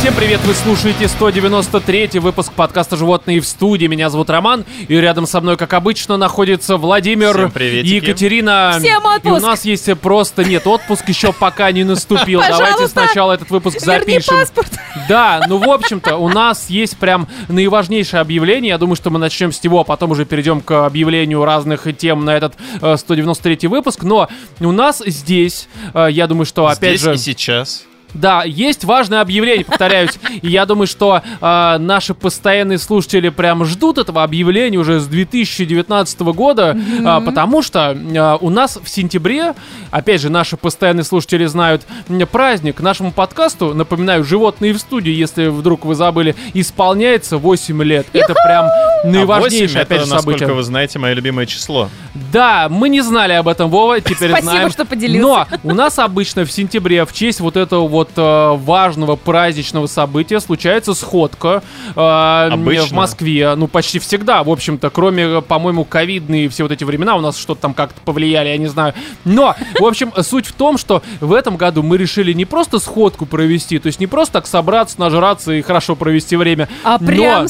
Всем привет, вы слушаете 193-й выпуск подкаста «Животные в студии». Меня зовут Роман, и рядом со мной, как обычно, находится Владимир и Екатерина. Всем отпуск! И у нас есть просто... Нет, отпуск еще пока не наступил. Давайте сначала этот выпуск запишем. Паспорт. Да, ну, в общем-то, у нас есть прям наиважнейшее объявление. Я думаю, что мы начнем с него, а потом уже перейдем к объявлению разных тем на этот 193-й выпуск. Но у нас здесь, я думаю, что опять же... Здесь и сейчас... Да, есть важное объявление, повторяюсь. И я думаю, что наши постоянные слушатели прям ждут этого объявления уже с 2019 года, потому что у нас в сентябре, опять же, наши постоянные слушатели знают, праздник нашему подкасту, напоминаю, «Животные в студии», если вдруг вы забыли, исполняется 8 лет. Это прям наиважнейшее, опять же, событие. Насколько вы знаете, мое любимое число. Да, мы не знали об этом, Вова, теперь знаем. Спасибо, что поделился. Но у нас обычно в сентябре в честь вот этого вот важного праздничного события случается сходка в Москве. Ну, почти всегда, в общем-то, кроме, по-моему, ковидные все вот эти времена, у нас что-то там как-то повлияли, я не знаю. Но, в общем, суть в том, что в этом году мы решили не просто сходку провести, то есть не просто так собраться, нажраться и хорошо провести время, а прям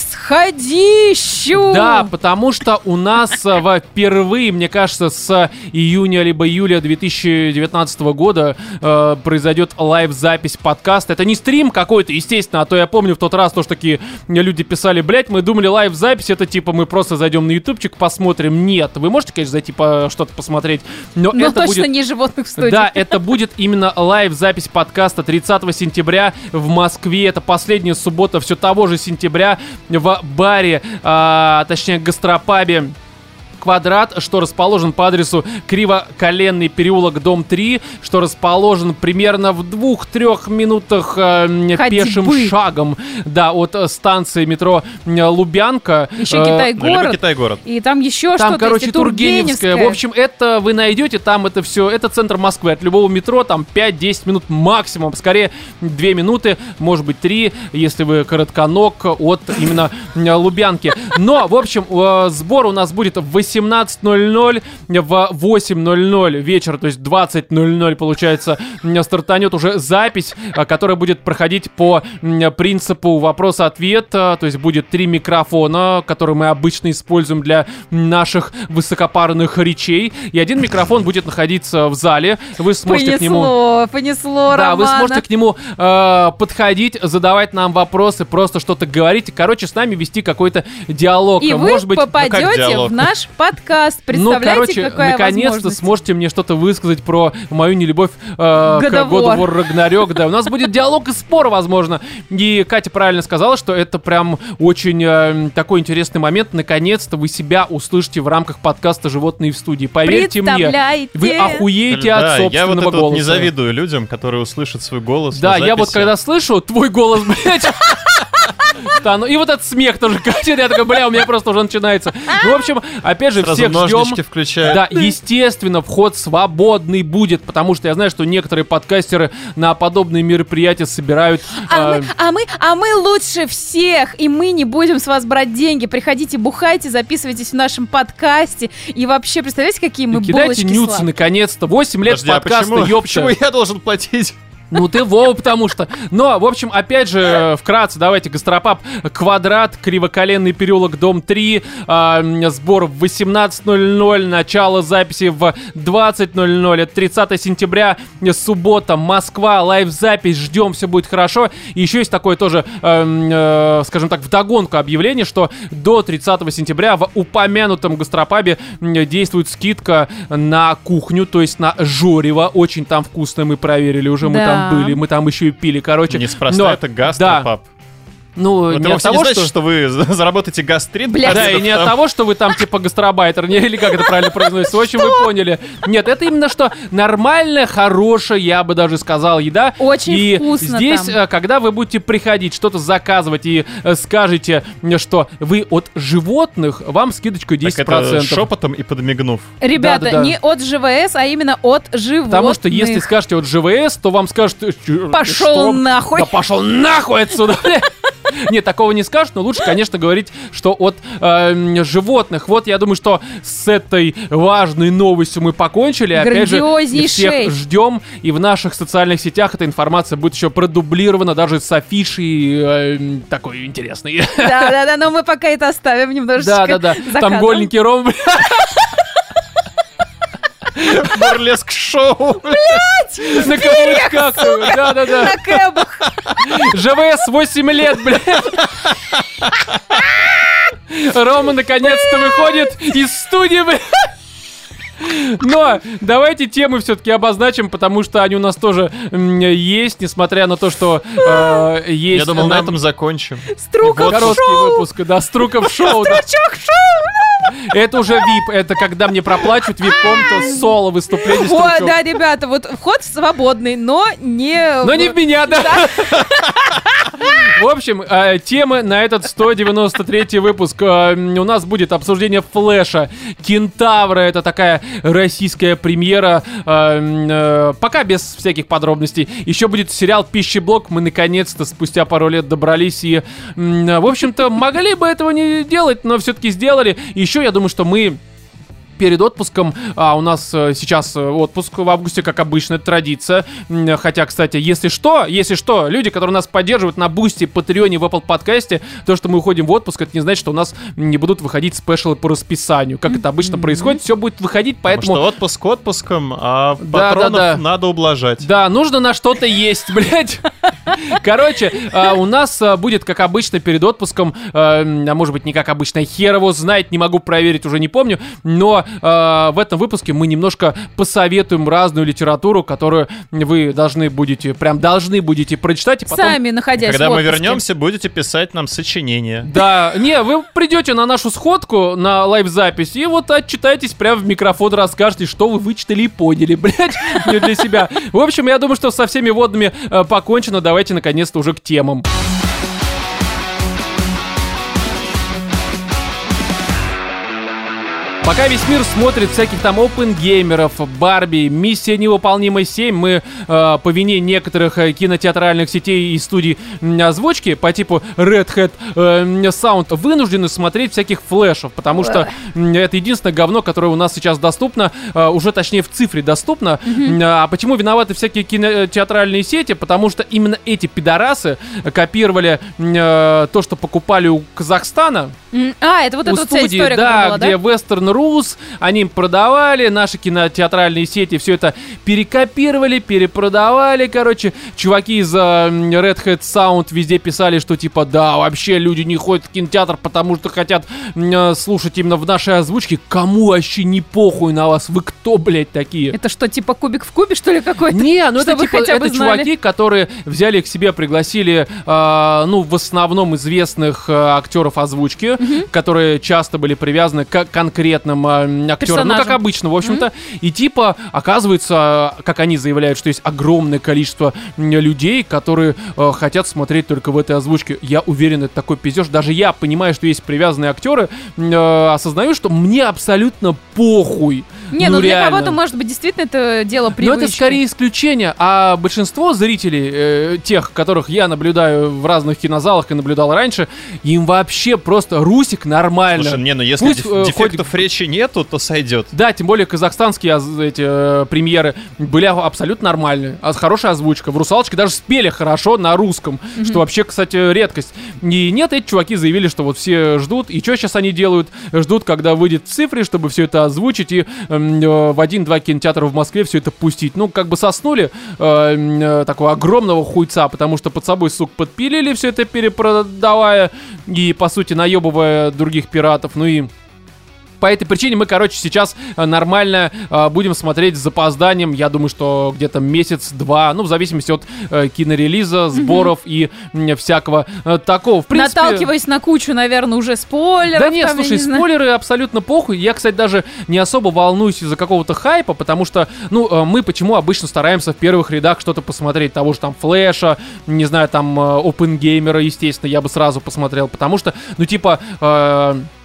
сходищу! Да, потому что у нас впервые, мне кажется, с июня либо июля 2019 года произойдет лайв-запись подкаста. Это не стрим какой-то, естественно, а то я помню в тот раз тоже такие люди писали, блять, мы думали лайв-запись, это типа мы просто зайдем на ютубчик, посмотрим. Нет, вы можете, конечно, зайти что-то посмотреть, но это точно будет... не «Животных в студии». Да, это будет именно лайв-запись подкаста 30 сентября в Москве. Это последняя суббота все того же сентября в баре, точнее гастропабе «Квадрат», что расположен по адресу Кривоколенный переулок, дом 3, что расположен примерно в 2-3 минутах пешим шагом, да, от станции метро Лубянка. Еще Китай-город. Китай-город. И там еще там, что-то. Короче, Тургеневская. В общем, это вы найдете, там это все, это центр Москвы. От любого метро там 5-10 минут максимум, скорее 2 минуты, может быть 3, если вы коротконог от именно Лубянки. Но, в общем, сбор у нас будет в 18:00, в 8:00 вечера, то есть 20:00, получается, стартанет уже запись, которая будет проходить по принципу вопрос-ответ, то есть будет 3 микрофона, которые мы обычно используем для наших высокопарных речей, и один микрофон будет находиться в зале, вы сможете понесло, да, Романа. вы сможете к нему подходить, задавать нам вопросы, просто что-то говорить, короче, с нами вести какой-то диалог. И может вы быть, попадете в наш подкаст. Представляете, какая наконец-то возможность? сможете мне что-то высказать про мою нелюбовь к God of War Ragnarok. Да, у нас будет диалог и спор, возможно. И Катя правильно сказала, что это прям очень такой интересный момент. Наконец-то вы себя услышите в рамках подкаста «Животные в студии». Поверьте мне, вы охуеете от собственного голоса. Я голоса. Не завидую людям, которые услышат свой голос. Да, я вот когда слышу твой голос, блядь... И вот этот смех тоже, Катя, я такой, бля, у меня просто уже начинается. Ну, в общем, опять же, сразу всех ждем. Включают. Да, естественно, вход свободный будет, потому что я знаю, что некоторые подкастеры на подобные мероприятия собирают... А мы лучше всех, и мы не будем с вас брать деньги. Приходите, бухайте, записывайтесь в нашем подкасте. И вообще, представляете, какие мы булочки кидайте нюцы, наконец-то. 8 лет подкаста, ёпта. Почему я должен платить? Ну ты, Вова, потому что... Но, в общем, опять же, вкратце, давайте, гастропаб «Квадрат», Кривоколенный переулок, дом 3, сбор в 18:00, начало записи в 20:00, это 30 сентября, суббота, Москва, лайв-запись, ждем, все будет хорошо. И еще есть такое тоже, скажем так, вдогонку объявление, что до 30 сентября в упомянутом гастропабе действует скидка на кухню, то есть на жорево, очень там вкусно, мы проверили уже, мы там были, мы там еще и пили, короче. Неспроста это гастропаб. Ну, это не от того, не значит, что вы заработаете гастрит. Да, и не от того, что вы там типа гастробайтер, или как это правильно произносится. В общем, вы поняли. Нет, это именно что нормальная, хорошая, я бы даже сказал, еда. Очень вкусно здесь, там. когда вы будете приходить, что-то заказывать и скажете, что вы от животных, вам скидочку 10%. Так это шепотом и подмигнув. Ребята, да. не от ЖВС, а именно от животных. Потому что если скажете от ЖВС, то вам скажут... Пошел нахуй. Да пошел нахуй отсюда, Нет, такого не скажут, но лучше, конечно, говорить, что от животных. Вот я думаю, что с этой важной новостью мы покончили. Опять же, всех ждем. И в наших социальных сетях эта информация будет еще продублирована, даже с афишей такой интересной. Да, но мы пока это оставим немножечко. Да. Там гольники Ром. Бурлеск-шоу. Блять! На каблучках. Да. На кэбах. ЖВС 8 лет, блядь. Рома наконец-то выходит из студии, блядь. Но давайте темы все-таки обозначим, потому что они у нас тоже есть, несмотря на то, что есть... Я думал, на этом закончим. Струков короткий выпуск, да, Струков шоу. Стручок шоу! Это уже VIP, это когда мне проплачут VIP-комнату, соло выступление. О, да, ребята, вот вход свободный, но не... Но не в меня, да. В общем, темы на этот 193-й выпуск. У нас будет обсуждение Флэша, Кентавра. Это такая российская премьера. Пока без всяких подробностей. Еще будет сериал «Пищеблок». Мы наконец-то спустя пару лет добрались и, в общем-то, могли бы этого не делать, но все-таки сделали. Еще я думаю, что мы... перед отпуском, у нас сейчас отпуск в августе, как обычно, это традиция. Хотя, кстати, если что, люди, которые нас поддерживают на Бусти, Патреоне, в Apple подкасте, то, что мы уходим в отпуск, это не значит, что у нас не будут выходить спешалы по расписанию. Как это обычно происходит, все будет выходить, поэтому... Потому что отпуск отпуском, а патронов надо ублажать. Да, нужно на что-то есть, блядь. Короче, у нас будет, как обычно, перед отпуском, а может быть, не как обычно, хер его знает, не могу проверить, уже не помню, но в этом выпуске мы немножко посоветуем разную литературу, которую вы должны будете прочитать. И потом, сами находясь когда в мы отпуске. вернемся, будете писать нам сочинение. Да, вы придете на нашу сходку, на лайв-запись, и вот отчитайтесь прямо в микрофон, расскажете, что вы вычитали и поняли, блядь, не для себя. В общем, я думаю, что со всеми водными покончено. Давайте, наконец-то, уже к темам. Пока весь мир смотрит всяких там опенгеймеров, Барби, Миссия невыполнима 7, мы по вине некоторых кинотеатральных сетей и студий озвучки по типу Red Hat Sound вынуждены смотреть всяких флешев, потому что это единственное говно, которое у нас сейчас доступно, уже точнее в цифре доступно. А почему виноваты всякие кинотеатральные сети? Потому что именно эти пидорасы копировали то, что покупали у Казахстана. Это вот эта вся история, да, была, где Western Rules, они им продавали, наши кинотеатральные сети все это перекопировали, перепродавали, короче. Чуваки из Red Hat Sound везде писали, что типа, да, вообще люди не ходят в кинотеатр, потому что хотят слушать именно в нашей озвучке. Кому вообще не похуй на вас? Вы кто, блядь, такие? Это что, типа кубик в кубе, что ли, какой-то? Не, ну это типа, это чуваки, которые взяли к себе, пригласили, в основном известных актеров озвучки, которые часто были привязаны к конкретным актерам, персонажам. Как обычно, в общем-то. И типа, оказывается, как они заявляют, что есть огромное количество людей, которые хотят смотреть только в этой озвучке. Я уверен, это такой пиздеж. Даже я понимаю, что есть привязанные актеры, осознаю, что мне абсолютно похуй. Не, ну для кого-то, может быть, действительно это дело привычки. Но это скорее исключение, а большинство зрителей, тех, которых я наблюдаю в разных кинозалах и наблюдал раньше, им вообще просто русик нормально. Слушай, если дефектов речи нету, то сойдет. Да, тем более казахстанские эти премьеры были абсолютно нормальные, хорошая озвучка. В «Русалочке» даже спели хорошо на русском, что вообще, кстати, редкость. И нет, эти чуваки заявили, что вот все ждут, и что сейчас они делают? Ждут, когда выйдет в цифре, чтобы все это озвучить и в 1-2 кинотеатра в Москве все это пустить. Ну, как бы соснули такого огромного хуйца, потому что под собой, сук, подпилили все это, перепродавая и, по сути, наебывая других пиратов. Ну и по этой причине мы, сейчас нормально будем смотреть с запозданием. Я думаю, что где-то месяц-два, в зависимости от кинорелиза, сборов и всякого такого. В принципе, наталкиваясь на кучу, наверное, уже спойлеров. Да нет, слушай, спойлеры абсолютно похуй. Я, кстати, даже не особо волнуюсь из-за какого-то хайпа, потому что, мы почему обычно стараемся в первых рядах что-то посмотреть, того же там Флэша, не знаю, там Опенгеймера, естественно, я бы сразу посмотрел, потому что,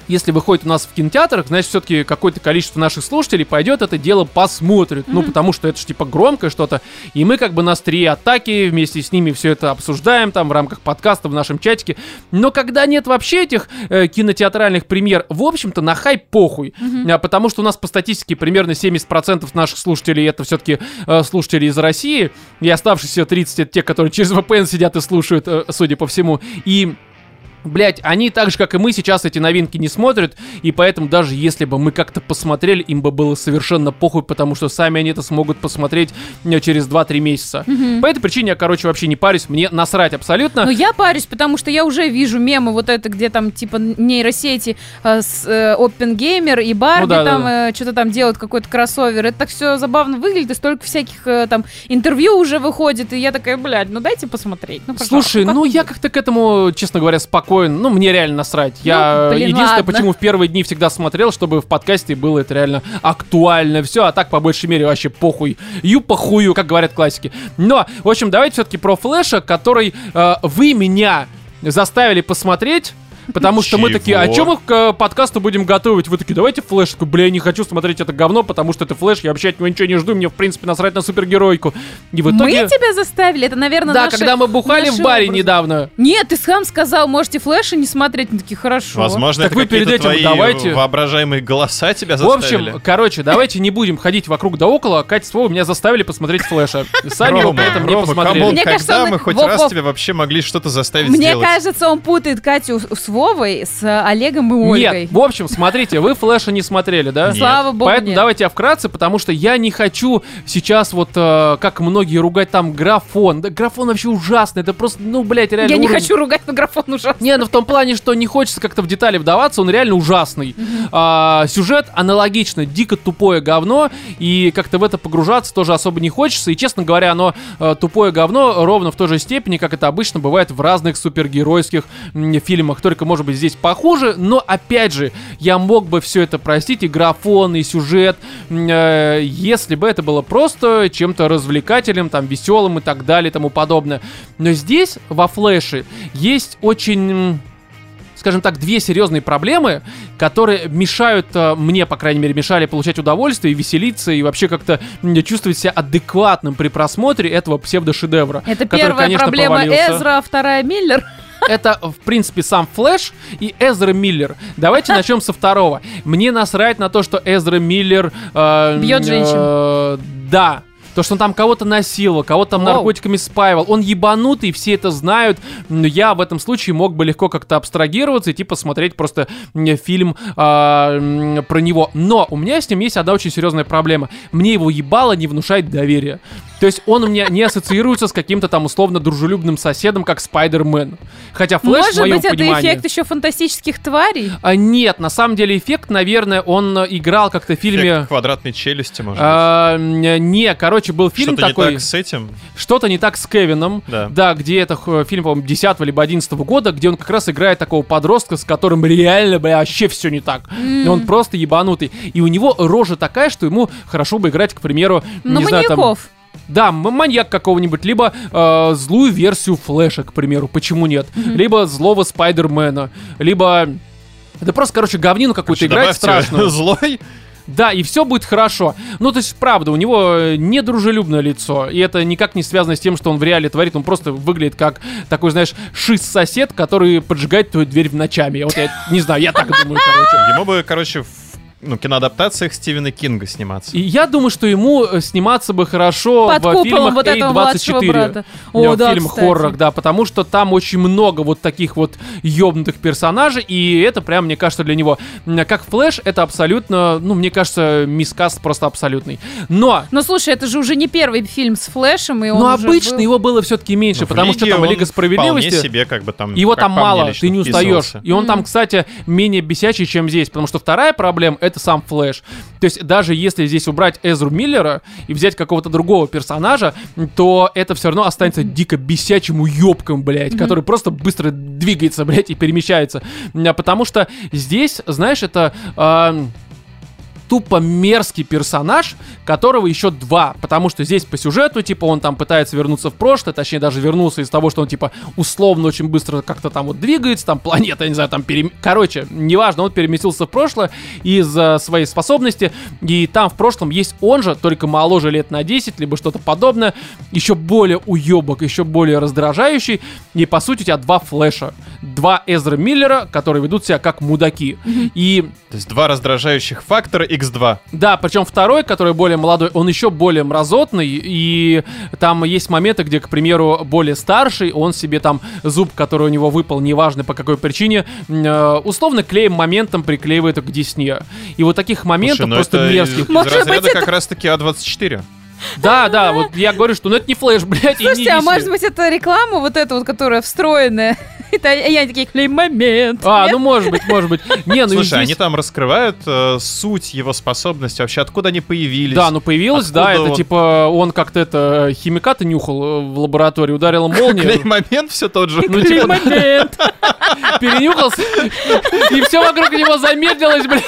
если выходит у нас в кинотеатрах, значит, все-таки какое-то количество наших слушателей пойдет это дело посмотрит. Ну, потому что это же, типа, громкое что-то. И мы, как бы, на острие атаки вместе с ними все это обсуждаем, там, в рамках подкаста, в нашем чатике. Но когда нет вообще этих кинотеатральных премьер, в общем-то, на хайп похуй. Потому что у нас по статистике примерно 70% наших слушателей это все-таки слушатели из России. И оставшиеся 30 это те, которые через VPN сидят и слушают, судя по всему. И... блять, они так же, как и мы, сейчас эти новинки не смотрят, и поэтому даже если бы мы как-то посмотрели, им бы было совершенно похуй, потому что сами они это смогут посмотреть через 2-3 месяца. По этой причине я, короче, вообще не парюсь, мне насрать абсолютно. Но я парюсь, потому что я уже вижу мемы вот это, где там типа нейросети с Oppenheimer и Барби что-то там делают, какой-то кроссовер. Это так все забавно выглядит, и столько всяких там интервью уже выходит, и я такая, блядь, ну дайте посмотреть. Ну, слушай, ну я как-то к этому, честно говоря, спокойно. Ну, мне реально насрать. Я единственное, почему в первые дни всегда смотрел, чтобы в подкасте было это реально актуально все, а так, по большей мере, вообще похуй. Похую, как говорят классики. Но, в общем, давайте все-таки про Флэша, который вы меня заставили посмотреть. Потому что мы такие, а что мы к подкасту будем готовить? Вы такие, давайте Флэш. Такой, бля, я не хочу смотреть это говно, потому что это Флэш, я вообще от него ничего не жду, мне, в принципе, насрать на супергеройку. И в итоге... Мы тебя заставили? Это, наверное, да, когда мы бухали в баре недавно. Нет, ты сам сказал, можете Флэша не смотреть. Мы такие, хорошо. Возможно, так это какие-то твои воображаемые голоса тебя заставили. В общем, короче, давайте не будем ходить вокруг да около. Катя с Вовой меня заставили посмотреть Флэша. Сами его при этом не посмотрели. Мне кажется, мы хоть раз тебя вообще могли что-то заставить сделать? Мне кажется, он путает Катю с Вовой с Олегом и Ольгой. Нет, в общем, смотрите, вы Флэша не смотрели, да? Нет. Слава богу, поэтому нет. давайте я вкратце, потому что я не хочу сейчас вот, как многие ругать там графон. Да, графон вообще ужасный, это просто, ну, блядь, реально Я не хочу ругать, но графон ужасный. Не, ну в том плане, что не хочется как-то в детали вдаваться, он реально ужасный. Сюжет аналогично, дико тупое говно, и как-то в это погружаться тоже особо не хочется, и, честно говоря, оно тупое говно ровно в той же степени, как это обычно бывает в разных супергеройских фильмах, только, может быть, здесь похуже, но, опять же, я мог бы все это простить, и графон, и сюжет, если бы это было просто чем-то развлекательным, там, веселым и так далее, и тому подобное. Но здесь, во Флэше, есть очень... скажем так, две серьезные проблемы, которые мешают, мне, по крайней мере, мешали получать удовольствие и веселиться, и вообще как-то чувствовать себя адекватным при просмотре этого псевдошедевра. Это который, первая конечно, проблема провалился. Эзра, а вторая Миллер. Это, в принципе, сам Флэш и Эзра Миллер. Давайте начнем со второго. Мне насрать на то, что Эзра Миллер... бьет женщин. Да. То, что он там кого-то насиловал, кого-то там наркотиками спаивал. Он ебанутый, все это знают. Но я в этом случае мог бы легко как-то абстрагироваться и типа смотреть просто фильм про него. Но у меня с ним есть одна очень серьезная проблема. Мне его ебало не внушает доверия. То есть он у меня не ассоциируется с каким-то там условно дружелюбным соседом, как Спайдермен. Хотя Флэш, в моем понимании... Может быть, это эффект еще фантастических тварей? Нет, на самом деле эффект, наверное, он играл как-то в фильме... Эффект квадратной челюсти, может быть? Не, короче, был фильм что-то такой... Что-то не так с этим? Что-то не так с Кевином. Да, где это фильм, по-моему, 10-го либо 11-го года, где он как раз играет такого подростка, с которым реально, бля, вообще все не так. И он просто ебанутый. И у него рожа такая, что ему хорошо бы играть, к примеру, не знаю, там... Да, маньяк какого-нибудь, либо злую версию Флэша, к примеру, почему нет? Либо злого Спайдермена, либо... Это просто, короче, говнину какую-то играть страшную. Злой? Да, и все будет хорошо. Ну, то есть, правда, у него недружелюбное лицо, и это никак не связано с тем, что он в реале творит. Он просто выглядит как такой, знаешь, шиз-сосед, который поджигает твою дверь ночами. Вот я не знаю, я так думаю, короче. Ему бы, короче, киноадаптациях Стивена Кинга сниматься. И я думаю, что ему сниматься бы хорошо в фильмах вот A24. В фильмах хоррорах, да, потому что там очень много вот таких вот ёбнутых персонажей, и это прям, мне кажется, для него. Как Флэш, это абсолютно, ну, мне кажется, мискаст просто абсолютный. Но слушай, это же уже не первый фильм с Флэшем, и он обычно его было все-таки меньше, потому что там Лига Справедливости... Вполне себе, как бы там... Его там мало, ты не устаешь. И он там, кстати, менее бесячий, чем здесь, потому что вторая проблема — это сам Флэш. То есть даже если здесь убрать Эзру Миллера и взять какого-то другого персонажа, то это все равно останется дико бесячим уёбком, блядь, который просто быстро двигается, блядь, и перемещается. Потому что здесь, знаешь, это... тупо мерзкий персонаж, которого еще два, потому что здесь по сюжету, типа, он там пытается вернуться в прошлое, точнее, даже вернулся из того, что он, типа, условно очень быстро как-то там вот двигается, там планета, я не знаю, там короче, неважно, он переместился в прошлое из-за своей способности, и там в прошлом есть он же, только моложе лет на 10, либо что-то подобное, еще более уебок, еще более раздражающий, и, по сути, у тебя два Флэша, два Эзра Миллера, которые ведут себя как мудаки, и... То есть два раздражающих фактора X2. Да, причем второй, который более молодой, он еще более мразотный, и там есть моменты, где, к примеру, более старший, он себе там зуб, который у него выпал, неважно по какой причине, условно клеем моментом приклеивает к десне. И вот таких моментов просто мерзких. Из разряда как раз-таки А24. Да, вот я говорю, что это не Флэш, блядь, слушайте, и не а может быть это реклама вот эта вот, которая встроенная? Я такие, клей-момент. Ну может быть. Не, ну слушай, они там раскрывают суть его способности, вообще откуда они появились. Да, появилось, да, это типа он как-то химикаты нюхал в лаборатории, ударила молния. Клей-момент все тот же. Клей-момент. Перенюхался, и все вокруг него замедлилось, блядь.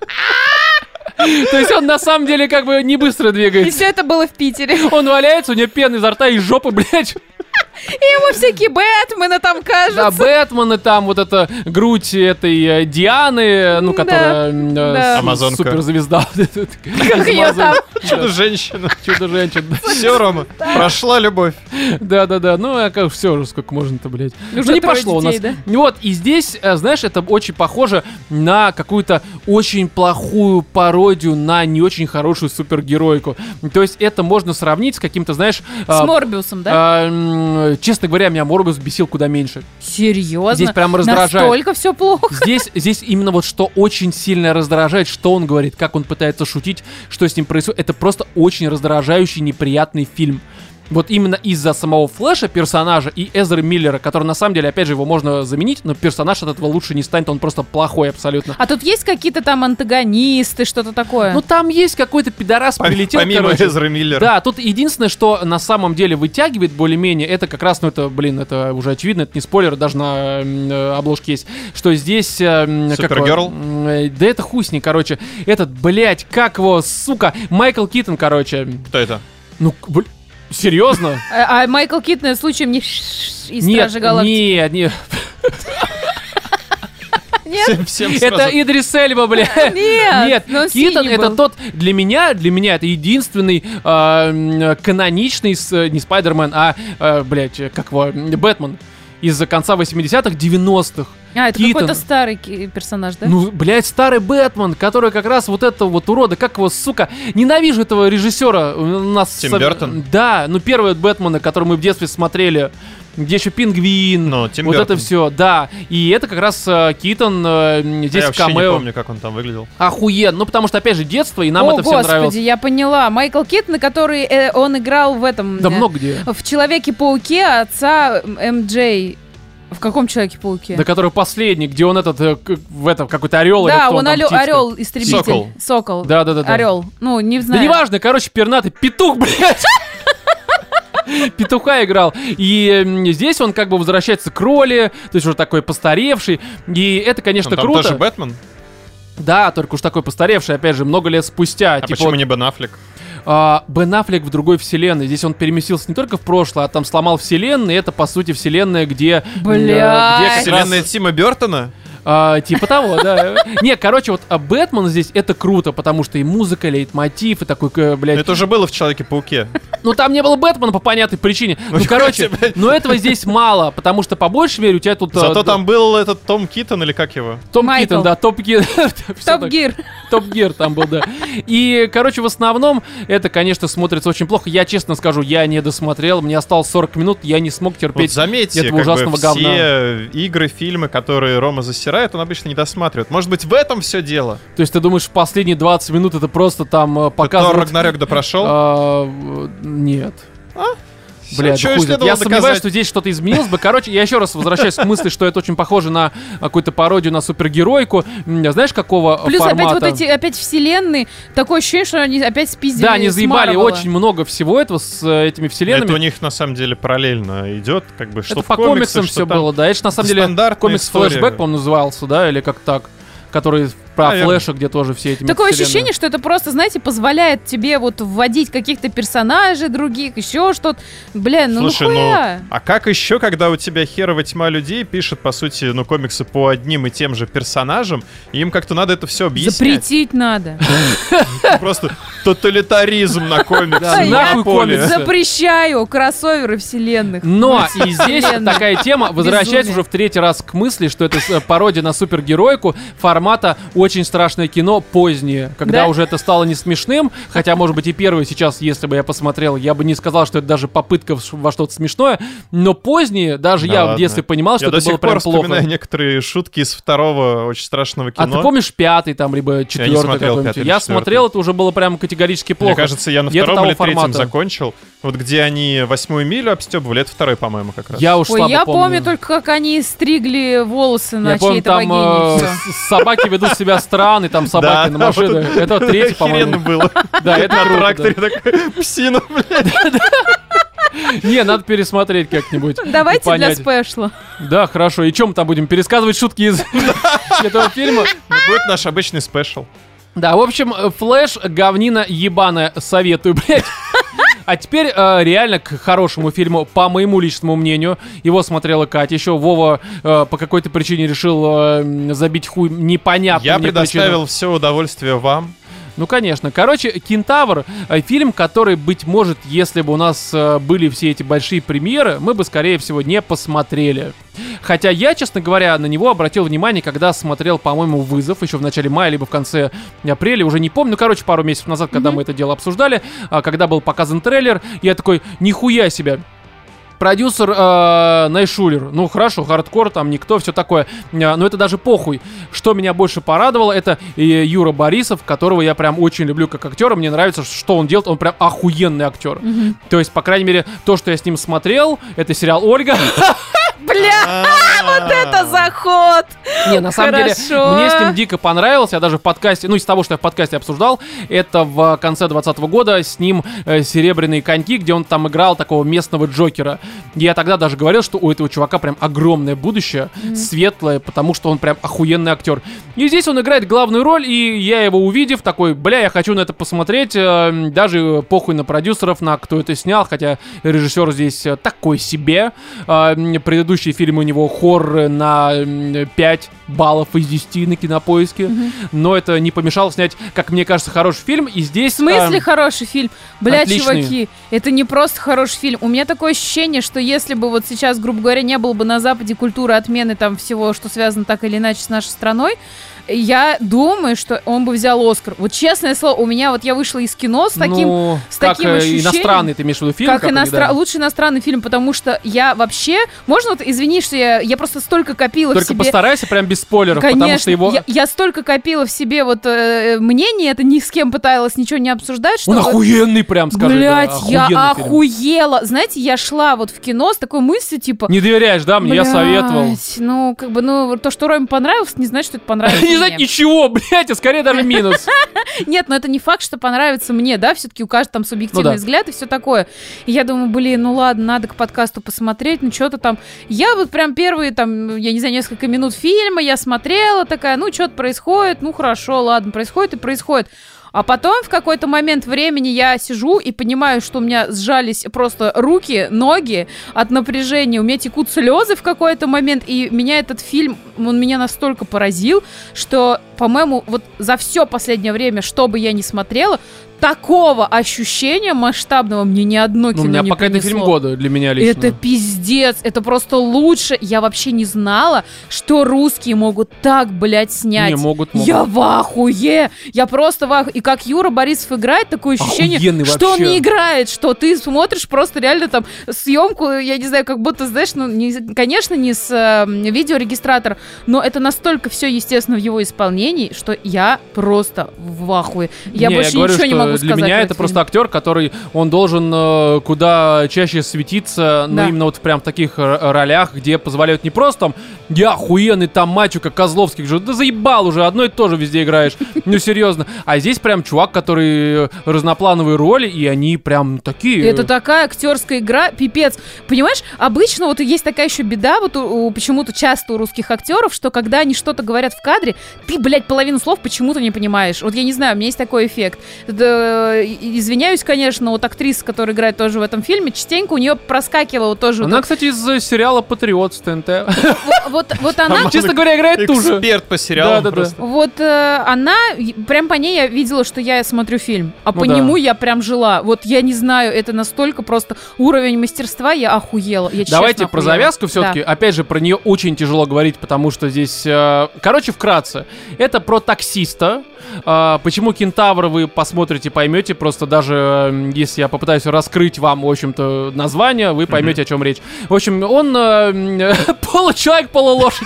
То есть он на самом деле как бы не быстро двигается. И все это было в Питере. Он валяется, у него пена изо рта и жопы, блядь. И ему всякие Бэтмены там кажутся. Да, Бэтмены там, вот эта грудь этой Дианы, ну, которая Амазонка. Суперзвезда. Как ее там? Чудо-женщина. Чудо-женщина. Все, Рома, прошла любовь. Да, ну, а как все уже, сколько можно-то, блядь. Уже не пошло у нас. Да? Вот, и здесь, знаешь, это очень похоже на какую-то очень плохую пародию на не очень хорошую супергеройку. То есть это можно сравнить с каким-то, знаешь... С Морбиусом, да? Честно говоря, меня Морбиус бесил куда меньше. Серьезно? Здесь прям раздражает. Настолько все плохо? Здесь именно вот что очень сильно раздражает, что он говорит, как он пытается шутить, что с ним происходит. Это просто очень раздражающий, неприятный фильм. Вот именно из-за самого Флэша, персонажа, и Эзры Миллера, который на самом деле, опять же, его можно заменить, но персонаж от этого лучше не станет, он просто плохой абсолютно. А тут есть какие-то там антагонисты, что-то такое? Ну там есть какой-то пидорас прилетел, помимо Эзры Миллера. Да, тут единственное, что на самом деле вытягивает более-менее, это как раз, это уже очевидно, это не спойлер, даже на обложке есть, что здесь... Супергерл? Да это хуй с ней, короче. Этот, блядь, как его, сука, Майкл Китон, короче. Кто это? Ну, серьезно? А Майкл Китон случаем не из Стражи Галактики? Нет. Нет? Всем это Идрис Эльба, бля. Нет, Китон это тот, для меня это единственный каноничный, не Спайдермен, а, блядь, как его, Бэтмен из конца 80-х, 90-х. Это какой-то старый персонаж, да? Ну, блядь, старый Бэтмен, который как раз вот этого вот урода, как его, сука, ненавижу этого режиссера. У нас Тим Бёртон? Да, первый Бэтмена, который мы в детстве смотрели, где еще Пингвин, Тим вот Бёртон. это все, да. И это как раз Китон здесь в камео. Я вообще не помню, как он там выглядел. Охуенно, потому что, опять же, детство, и нам это всем нравилось. Господи, я поняла. Майкл Китон, который он играл в этом... Да много где. В Человеке-пауке отца МД. В каком Человеке-пауке? Да, который последний, где он в этом какой-то орел. Да, он орел-истребитель. Сокол. Да. Орел. Ну, не знаю. Да неважно, короче, пернатый петух, блядь. Петуха играл. И здесь он как бы возвращается к роли, то есть уже такой постаревший. И это, конечно, там круто. Тоже Бэтмен? Да, только уж такой постаревший, опять же, много лет спустя. А почему не Бен Аффлек? Бен Аффлек в другой вселенной. Здесь он переместился не только в прошлое, а там сломал вселенную. И это, по сути, вселенная, где... Блядь. Вселенная Тима Бёртона? Типа того, да. Не, короче, вот Бэтмен здесь это круто, потому что и музыка, и лейтмотив, и такой, блядь... Это уже было в Человеке-пауке. Ну, там не было Бэтмена по понятной причине. Ну, короче, но этого здесь мало, потому что, по большей мере, у тебя тут... Зато там был этот Том Китон, или как его? Том Китон, да, Топ-гир. Топ-гир там был, да. И, короче, в основном, это, конечно, смотрится очень плохо. Я честно скажу, я не досмотрел, мне осталось 40 минут, я не смог терпеть вот заметьте, этого ужасного говна. Все игры, фильмы, которые Рома засирает, он обычно не досматривает. Может быть, в этом все дело? То есть ты думаешь, в последние 20 минут это просто там показывают... Тор Рагнарёк прошел? Нет. Блядь, я сомневаюсь, что здесь что-то изменилось бы. Короче, я еще раз возвращаюсь к мысли, что это очень похоже на какую-то пародию на супергеройку. Знаешь, какого плюс формата? Плюс опять вселенные. Такое ощущение, что они опять спиздили. Да, они заебали очень много всего этого с этими вселенными. Это у них, на самом деле, параллельно идет. Как бы, что это по комиксам все было, да. Это, на самом деле, комикс «Флэшбэк», по-моему, назывался, да, или как так. Который про Флэша, где тоже все эти такое ощущение, что это просто, знаете, позволяет тебе вот вводить каких-то персонажей других, еще что-то. Блин, слушай, нахуя? А как еще, когда у тебя херова тьма людей пишет, по сути, комиксы по одним и тем же персонажам, и им как-то надо это все объяснять. Запретить надо. Просто тоталитаризм на комиксы. Нахуй комиксы. Запрещаю кроссоверы вселенных. Но и здесь такая тема возвращается уже в третий раз к мысли, что это пародия на супергеройку формата «Очень страшное кино» позднее, когда уже это стало не смешным, хотя, может быть, и первый сейчас, если бы я посмотрел, я бы не сказал, что это даже попытка во что-то смешное, но позднее, даже я в детстве понимал, что это было прям плохо. Я до сих пор вспоминаю некоторые шутки из второго «Очень страшного кино». А ты помнишь пятый там, либо четвертый какой-нибудь? Я смотрел, это уже было прям категорически плохо. Мне кажется, я на втором или третьем закончил. Вот где они 8-ю милю обстебывали, это второй, по-моему, как раз. Я уж слабо я помню только, как они стригли волосы на чьей-то вагине. Я помню, там собаки ведут себя странно, там собаки на машине. Это третий, по-моему. было. Да, это на тракторе такая псина, блядь. Не, надо пересмотреть как-нибудь. Давайте для спешла. Да, хорошо. И чем мы там будем пересказывать шутки из этого фильма? Будет наш обычный спешл. Да, в общем, Флэш, говнина ебаная, советую, блядь. А теперь реально к хорошему фильму, по моему личному мнению. Его смотрела Катя. Еще Вова по какой-то причине решил забить хуй непонятно. Я предоставил все удовольствие вам. Ну, конечно. Короче, «Кентавр» — фильм, который, быть может, если бы у нас были все эти большие премьеры, мы бы, скорее всего, не посмотрели. Хотя я, честно говоря, на него обратил внимание, когда смотрел, по-моему, «Вызов» еще в начале мая, либо в конце апреля, уже не помню. Ну, короче, пару месяцев назад, когда мы это дело обсуждали, когда был показан трейлер, я такой, нихуя себе. Продюсер Найшулер. Ну, хорошо, хардкор, там никто, все такое. Но это даже похуй. Что меня больше порадовало, это Юра Борисов, которого я прям очень люблю как актера. Мне нравится, что он делает. Он прям охуенный актер. То есть, по крайней мере, то, что я с ним смотрел, это сериал «Ольга». Бля, вот это заход! Не, на самом деле, мне с ним дико понравилось. Я даже в подкасте, ну, из того, что я в подкасте обсуждал, это в конце 2020 года с ним «Серебряные коньки», где он там играл такого местного Джокера. Я тогда даже говорил, что у этого чувака прям огромное будущее, светлое, потому что он прям охуенный актер. И здесь он играет главную роль, и я его увидев, такой, бля, я хочу на это посмотреть. Даже похуй на продюсеров, на кто это снял, хотя режиссер здесь такой себе. Предыдущие фильмы у него хорроры на 5 баллов из 10 на Кинопоиске. Но это не помешало снять, как мне кажется, хороший фильм. И здесь... В смысле хороший фильм? Бля, отличный. Чуваки, это не просто хороший фильм. У меня такое ощущение, что если бы вот сейчас, грубо говоря, не было бы на Западе культуры отмены там всего, что связано так или иначе с нашей страной, я думаю, что он бы взял Оскар. Вот честное слово, у меня вот я вышла из кино с таким, с таким ощущением. Иностранный, ты имеешь в виду фильм? Лучший иностранный фильм, потому что я вообще... Можно вот, извини, что я просто столько копила Только в себе... Только постарайся прям без спойлеров, конечно, потому что его... Я столько копила в себе вот мнение, это ни с кем пыталась ничего не обсуждать, что... Он охуенный прям, скажи. Блять, да, я охуела. Фильм. Знаете, я шла вот в кино с такой мыслью, типа... Не доверяешь, да, мне? Я советовал. Ну, как бы, то, что Роме понравилось, не значит, что это понравилось не знать ничего, блядь, а скорее даже минус. Нет, но это не факт, что понравится мне, да, все-таки у каждого там субъективный взгляд и все такое. И я думаю, блин, ну ладно, надо к подкасту посмотреть, ну что-то там. Я вот прям первые там, я не знаю, несколько минут фильма я смотрела, такая, ну что-то происходит, ну хорошо, ладно, происходит и происходит. А потом в какой-то момент времени я сижу и понимаю, что у меня сжались просто руки, ноги от напряжения. У меня текут слезы в какой-то момент. И меня этот фильм, он меня настолько поразил, что, по-моему, вот за все последнее время, что бы я ни смотрела, такого ощущения масштабного мне ни одно кино не принесло. У меня пока это фильм года для меня лично. Это пиздец, это просто лучше. Я вообще не знала, что русские могут так, блядь, снять. Не, могут. Я в ахуе. Я просто в ахуе. И как Юра Борисов играет, такое ощущение, охуенный что вообще. Он не играет, что ты смотришь просто реально там съемку, я не знаю, как будто, знаешь, ну, конечно, не с видеорегистратора, но это настолько все естественно в его исполнении, что я просто в ахуе. Я больше ничего не могу для меня это просто актер, который, он должен куда чаще светиться, ну, именно вот прям в таких ролях, где позволяют не просто там, я охуенный там мачо, как Козловский, да заебал уже, одно и то же везде играешь, ну серьезно. А здесь прям чувак, который разноплановые роли, и они прям такие... Это такая актерская игра, пипец. Понимаешь, обычно вот есть такая еще беда, вот почему-то часто у русских актеров, что когда они что-то говорят в кадре, ты, блядь, блядь, половину слов почему-то не понимаешь. Вот я не знаю, у меня есть такой эффект. Извиняюсь, конечно, вот актриса, которая играет тоже в этом фильме, частенько у нее проскакивала тоже... Она, кстати, из сериала «Патриот» с ТНТ. Вот она... Честно говоря, играет ту же. Эксперт по сериалам просто. Вот она, прям по ней я видела, что я смотрю фильм, а по нему я прям жила. Вот я не знаю, это настолько просто уровень мастерства, я охуела. Давайте про завязку все-таки. Опять же, про нее очень тяжело говорить, потому что здесь... Короче, вкратце. Это про таксиста. Почему кентавр вы посмотрите, поймете. Просто даже если я попытаюсь раскрыть вам, в общем-то, название, вы поймете, о чем речь. В общем, он получеловек, полулошадь.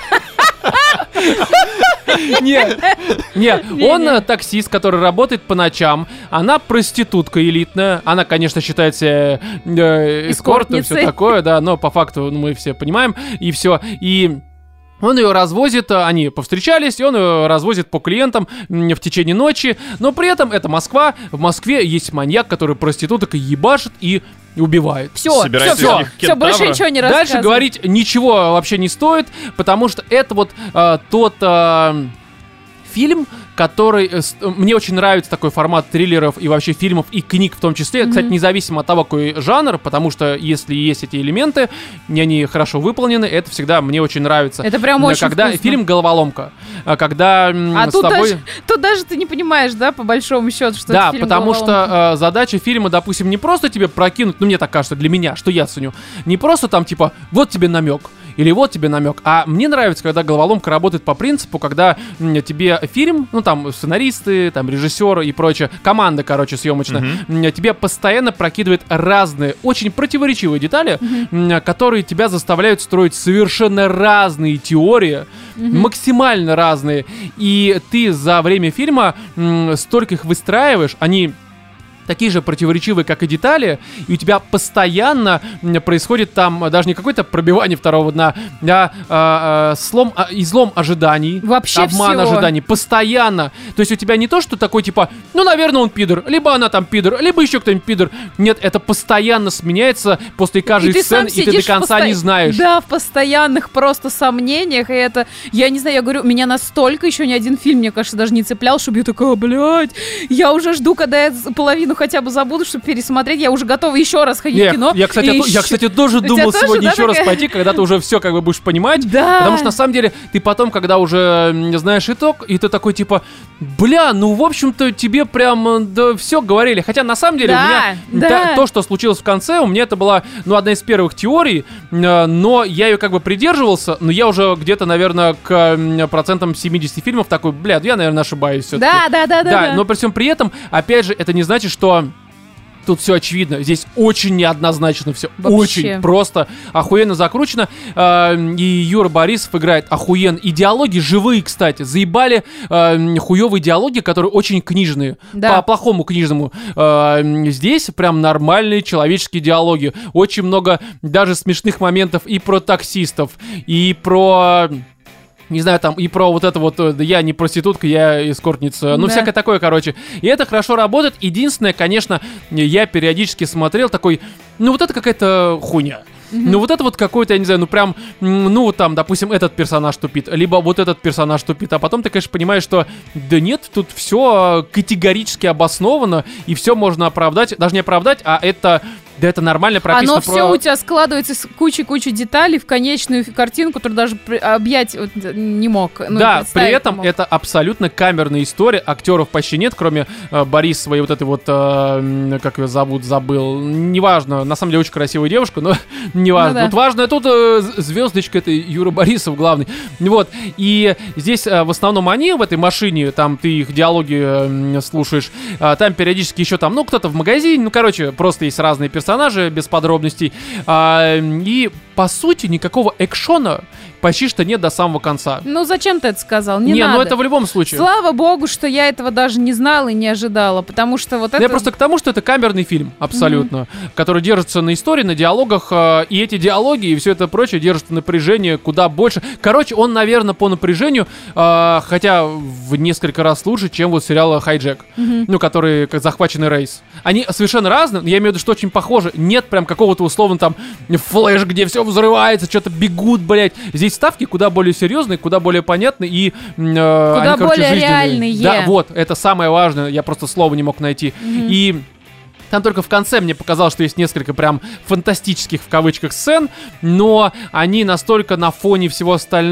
Нет, он таксист, который работает по ночам. Она проститутка элитная. Она, конечно, считается эскортом, все такое, да, но по факту мы все понимаем, и все. И он ее развозит, они повстречались, и он ее развозит по клиентам в течение ночи. Но при этом это Москва. В Москве есть маньяк, который проституток ебашит и убивает. Все, больше ничего не рассказывай. Дальше говорить ничего вообще не стоит, потому что это вот тот фильм, который... Мне очень нравится такой формат триллеров и вообще фильмов и книг в том числе. Кстати, независимо от того, какой жанр, потому что если есть эти элементы, они хорошо выполнены, это всегда мне очень нравится. Это прям очень когда вкусно. Фильм «Головоломка». Когда с тобой... Тут даже ты не понимаешь, да, по большому счету, что да, это фильм потому «Головоломка». что задача фильма, допустим, не просто тебе прокинуть, ну, мне так кажется, для меня, что я ценю, не просто там, типа, вот тебе намек, или вот тебе намек. А мне нравится, когда головоломка работает по принципу, когда тебе фильм, ну там сценаристы, там режиссеры и прочее, команда, короче, съемочная, тебе постоянно прокидывает разные, очень противоречивые детали, которые тебя заставляют строить совершенно разные теории, максимально разные. И ты за время фильма столько их выстраиваешь, они такие же противоречивые, как и детали, и у тебя постоянно происходит там даже не какое-то пробивание второго дна, а излом ожиданий, вообще обман всё. ожиданий, постоянно. То есть у тебя не то, что такой типа, ну, наверное, он пидор, либо она там пидор, либо еще кто-нибудь пидор. Нет, это постоянно сменяется после каждой сцены, и ты до конца не знаешь. Да, в постоянных просто сомнениях, и это, я не знаю, я говорю, меня настолько еще ни один фильм, мне кажется, даже не цеплял, чтобы я такая, блядь, я уже жду, когда я половину хотя бы забуду, чтобы пересмотреть. Я уже готова еще раз ходить в кино. Я, кстати, тоже думал сегодня еще раз пойти, когда ты уже все как бы будешь понимать. Да. Потому что на самом деле ты потом, когда уже знаешь итог, и ты такой типа, бля, ну в общем-то тебе прям все говорили. Хотя на самом деле у меня то, что случилось в конце, у меня это была одна из первых теорий, но я ее как бы придерживался, но я уже где-то, наверное, к процентам 70 фильмов такой, бля, я, наверное, ошибаюсь все-таки. Да. Но при всем при этом, опять же, это не значит, что тут все очевидно. Здесь очень неоднозначно все. Вообще. Очень просто охуенно закручено. И Юра Борисов играет охуенно. И диалоги живые, кстати. Заебали хуёвые диалоги, которые очень книжные. Да. По-плохому книжному. Здесь прям нормальные человеческие диалоги. Очень много даже смешных моментов и про таксистов, и про... Не знаю, там, и про вот это вот, я не проститутка, я эскортница, ну, всякое такое, короче. И это хорошо работает. Единственное, конечно, я периодически смотрел такой, ну, вот это какая-то хуйня. Ну, вот это вот какой-то, я не знаю, ну, прям, ну, там, допустим, этот персонаж тупит, либо вот этот персонаж тупит, а потом ты, конечно, понимаешь, что, да нет, тут все категорически обосновано, и все можно оправдать, даже не оправдать, а это... Да это нормально прописано. Оно все у тебя складывается с кучей деталей в конечную картинку, которую даже объять не мог. Ну, да, при этом это абсолютно камерная история. Актеров почти нет, кроме Борисовой, вот этой вот, как ее зовут, забыл. Неважно, на самом деле очень красивая девушка, но неважно. Ну, да. Тут важно, тут звездочка, это Юра Борисов главный. Вот, и здесь в основном они в этой машине, там ты их диалоги слушаешь, там периодически еще там, ну, кто-то в магазине, ну, короче, просто есть разные персонажи, без подробностей. И, по сути, никакого экшона почти что нет до самого конца. Ну, зачем ты это сказал? Не надо. Ну это в любом случае. Слава богу, что я этого даже не знала и не ожидала, потому что вот это... Я просто к тому, что это камерный фильм, абсолютно, который держится на истории, на диалогах, и эти диалоги и все это прочее держится на напряжении куда больше. Короче, он, наверное, по напряжению, хотя в несколько раз лучше, чем вот сериал «Хайджек», ну, который как «Захваченный рейс». Они совершенно разные, я имею в виду, что очень похожи. Нет прям какого-то условно там флэш, где все взрывается, что-то бегут, блядь. Здесь ставки куда более серьезные, куда более понятные и... куда они, более реальные. Да, вот, это самое важное, я просто слова не мог найти. И... Там только в конце мне показалось, что есть несколько прям фантастических в кавычках сцен, но они настолько на фоне всего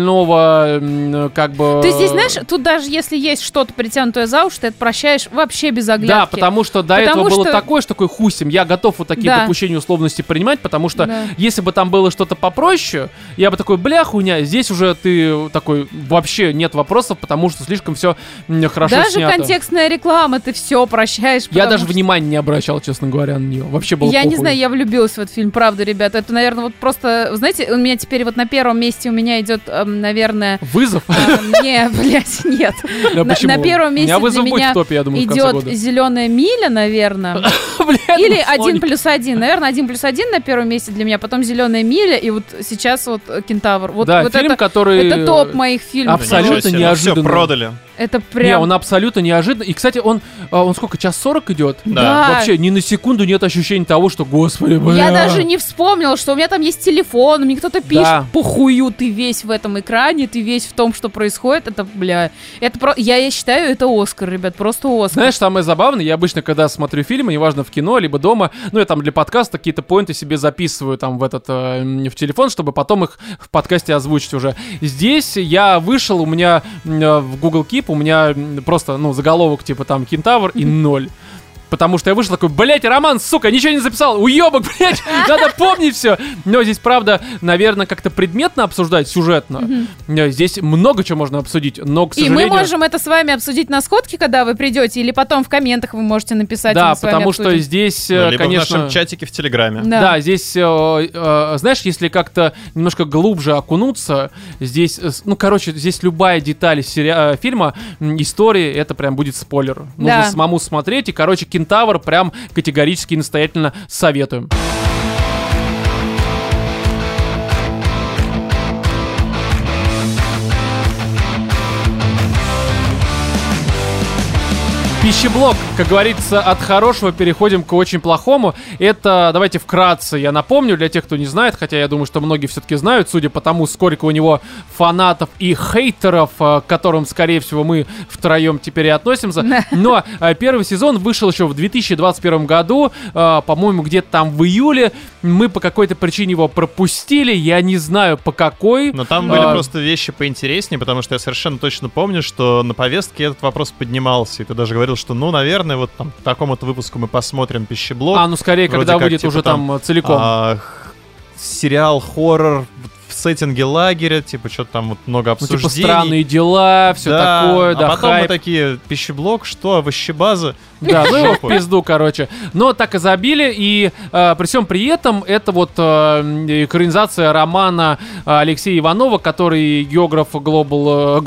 остального как бы... Ты здесь, знаешь, тут даже если есть что-то притянутое за уши, ты это прощаешь вообще без оглядки. Да, потому что до этого было такое, что такой хусим. Я готов вот такие допущения условности принимать, потому что если бы там было что-то попроще, я бы такой, бля, хуйня, здесь уже ты такой, вообще нет вопросов, потому что слишком все хорошо даже снято. Даже контекстная реклама, ты все прощаешь. Я даже внимания не обращал, честно говоря, на нее. Вообще было Я похуй. не знаю, я влюбилась в этот фильм, правда, ребята. Это, наверное, вот просто... Знаете, у меня теперь вот на первом месте у меня идет, наверное... Вызов? Не, блядь, нет. На первом месте для меня идет «Зеленая миля», наверное. Или «1+1». Наверное, «1+1» на первом месте для меня, потом «Зеленая миля», и вот сейчас вот «Кентавр». Да, фильм, который... Это топ моих фильмов. Абсолютно неожиданно. Все продали. Это прям... Не, он абсолютно неожиданно. И, кстати, он сколько, 1:40 идет? Да. Вообще ни на секунду нет ощущения того, что, господи, бля. Я даже не вспомнила, что у меня там есть телефон, мне кто-то пишет, похую, ты весь в этом экране, ты весь в том, что происходит. Это, бля, это я считаю, это Оскар, ребят, просто Оскар. Знаешь, самое забавное, я обычно, когда смотрю фильмы, неважно, в кино, либо дома, ну, я там для подкаста какие-то поинты себе записываю там в телефон, чтобы потом их в подкасте озвучить уже. Здесь я вышел, у меня в Google Keep, у меня просто, заголовок типа там «Кентавр» и 0. Потому что я вышел такой, блять, Роман, сука, ничего не записал, уебок, блять, надо помнить все. Но здесь, правда, наверное, как-то предметно обсуждать, сюжетно. Здесь много чего можно обсудить, но, к сожалению... И мы можем это с вами обсудить на сходке, когда вы придете, или потом в комментах вы можете написать. Да, потому что здесь, либо конечно... в нашем чатике в Телеграме. Да, здесь, знаешь, если как-то немножко глубже окунуться, здесь, здесь любая деталь фильма, истории, это прям будет спойлер. Нужно самому смотреть, и, «Кентавр» прям категорически и настоятельно советуем. Пищеблок, как говорится, от хорошего переходим к очень плохому. Это, давайте вкратце я напомню для тех, кто не знает, хотя я думаю, что многие все-таки знают, судя по тому, сколько у него фанатов и хейтеров, к которым, скорее всего, мы втроем теперь и относимся. Но первый сезон вышел еще в 2021 году, по-моему, где-то там в июле. Мы по какой-то причине его пропустили, я не знаю по какой. Но там были просто вещи поинтереснее, потому что я совершенно точно помню, что на повестке этот вопрос поднимался, и ты даже говорил, что, наверное, вот там к такому-то выпуску мы посмотрим «Пищеблок». Скорее, вроде когда как, выйдет типа, уже там целиком. Сериал-хоррор в сеттинге лагеря, типа, что-то там вот много обсуждений. Типа «Странные дела», все такое, а потом мы такие, «Пищеблок», что, овощебаза? Да, его в пизду, короче. Но так и забили, и при всем при этом это вот экранизация романа Алексея Иванова, который географ Глобус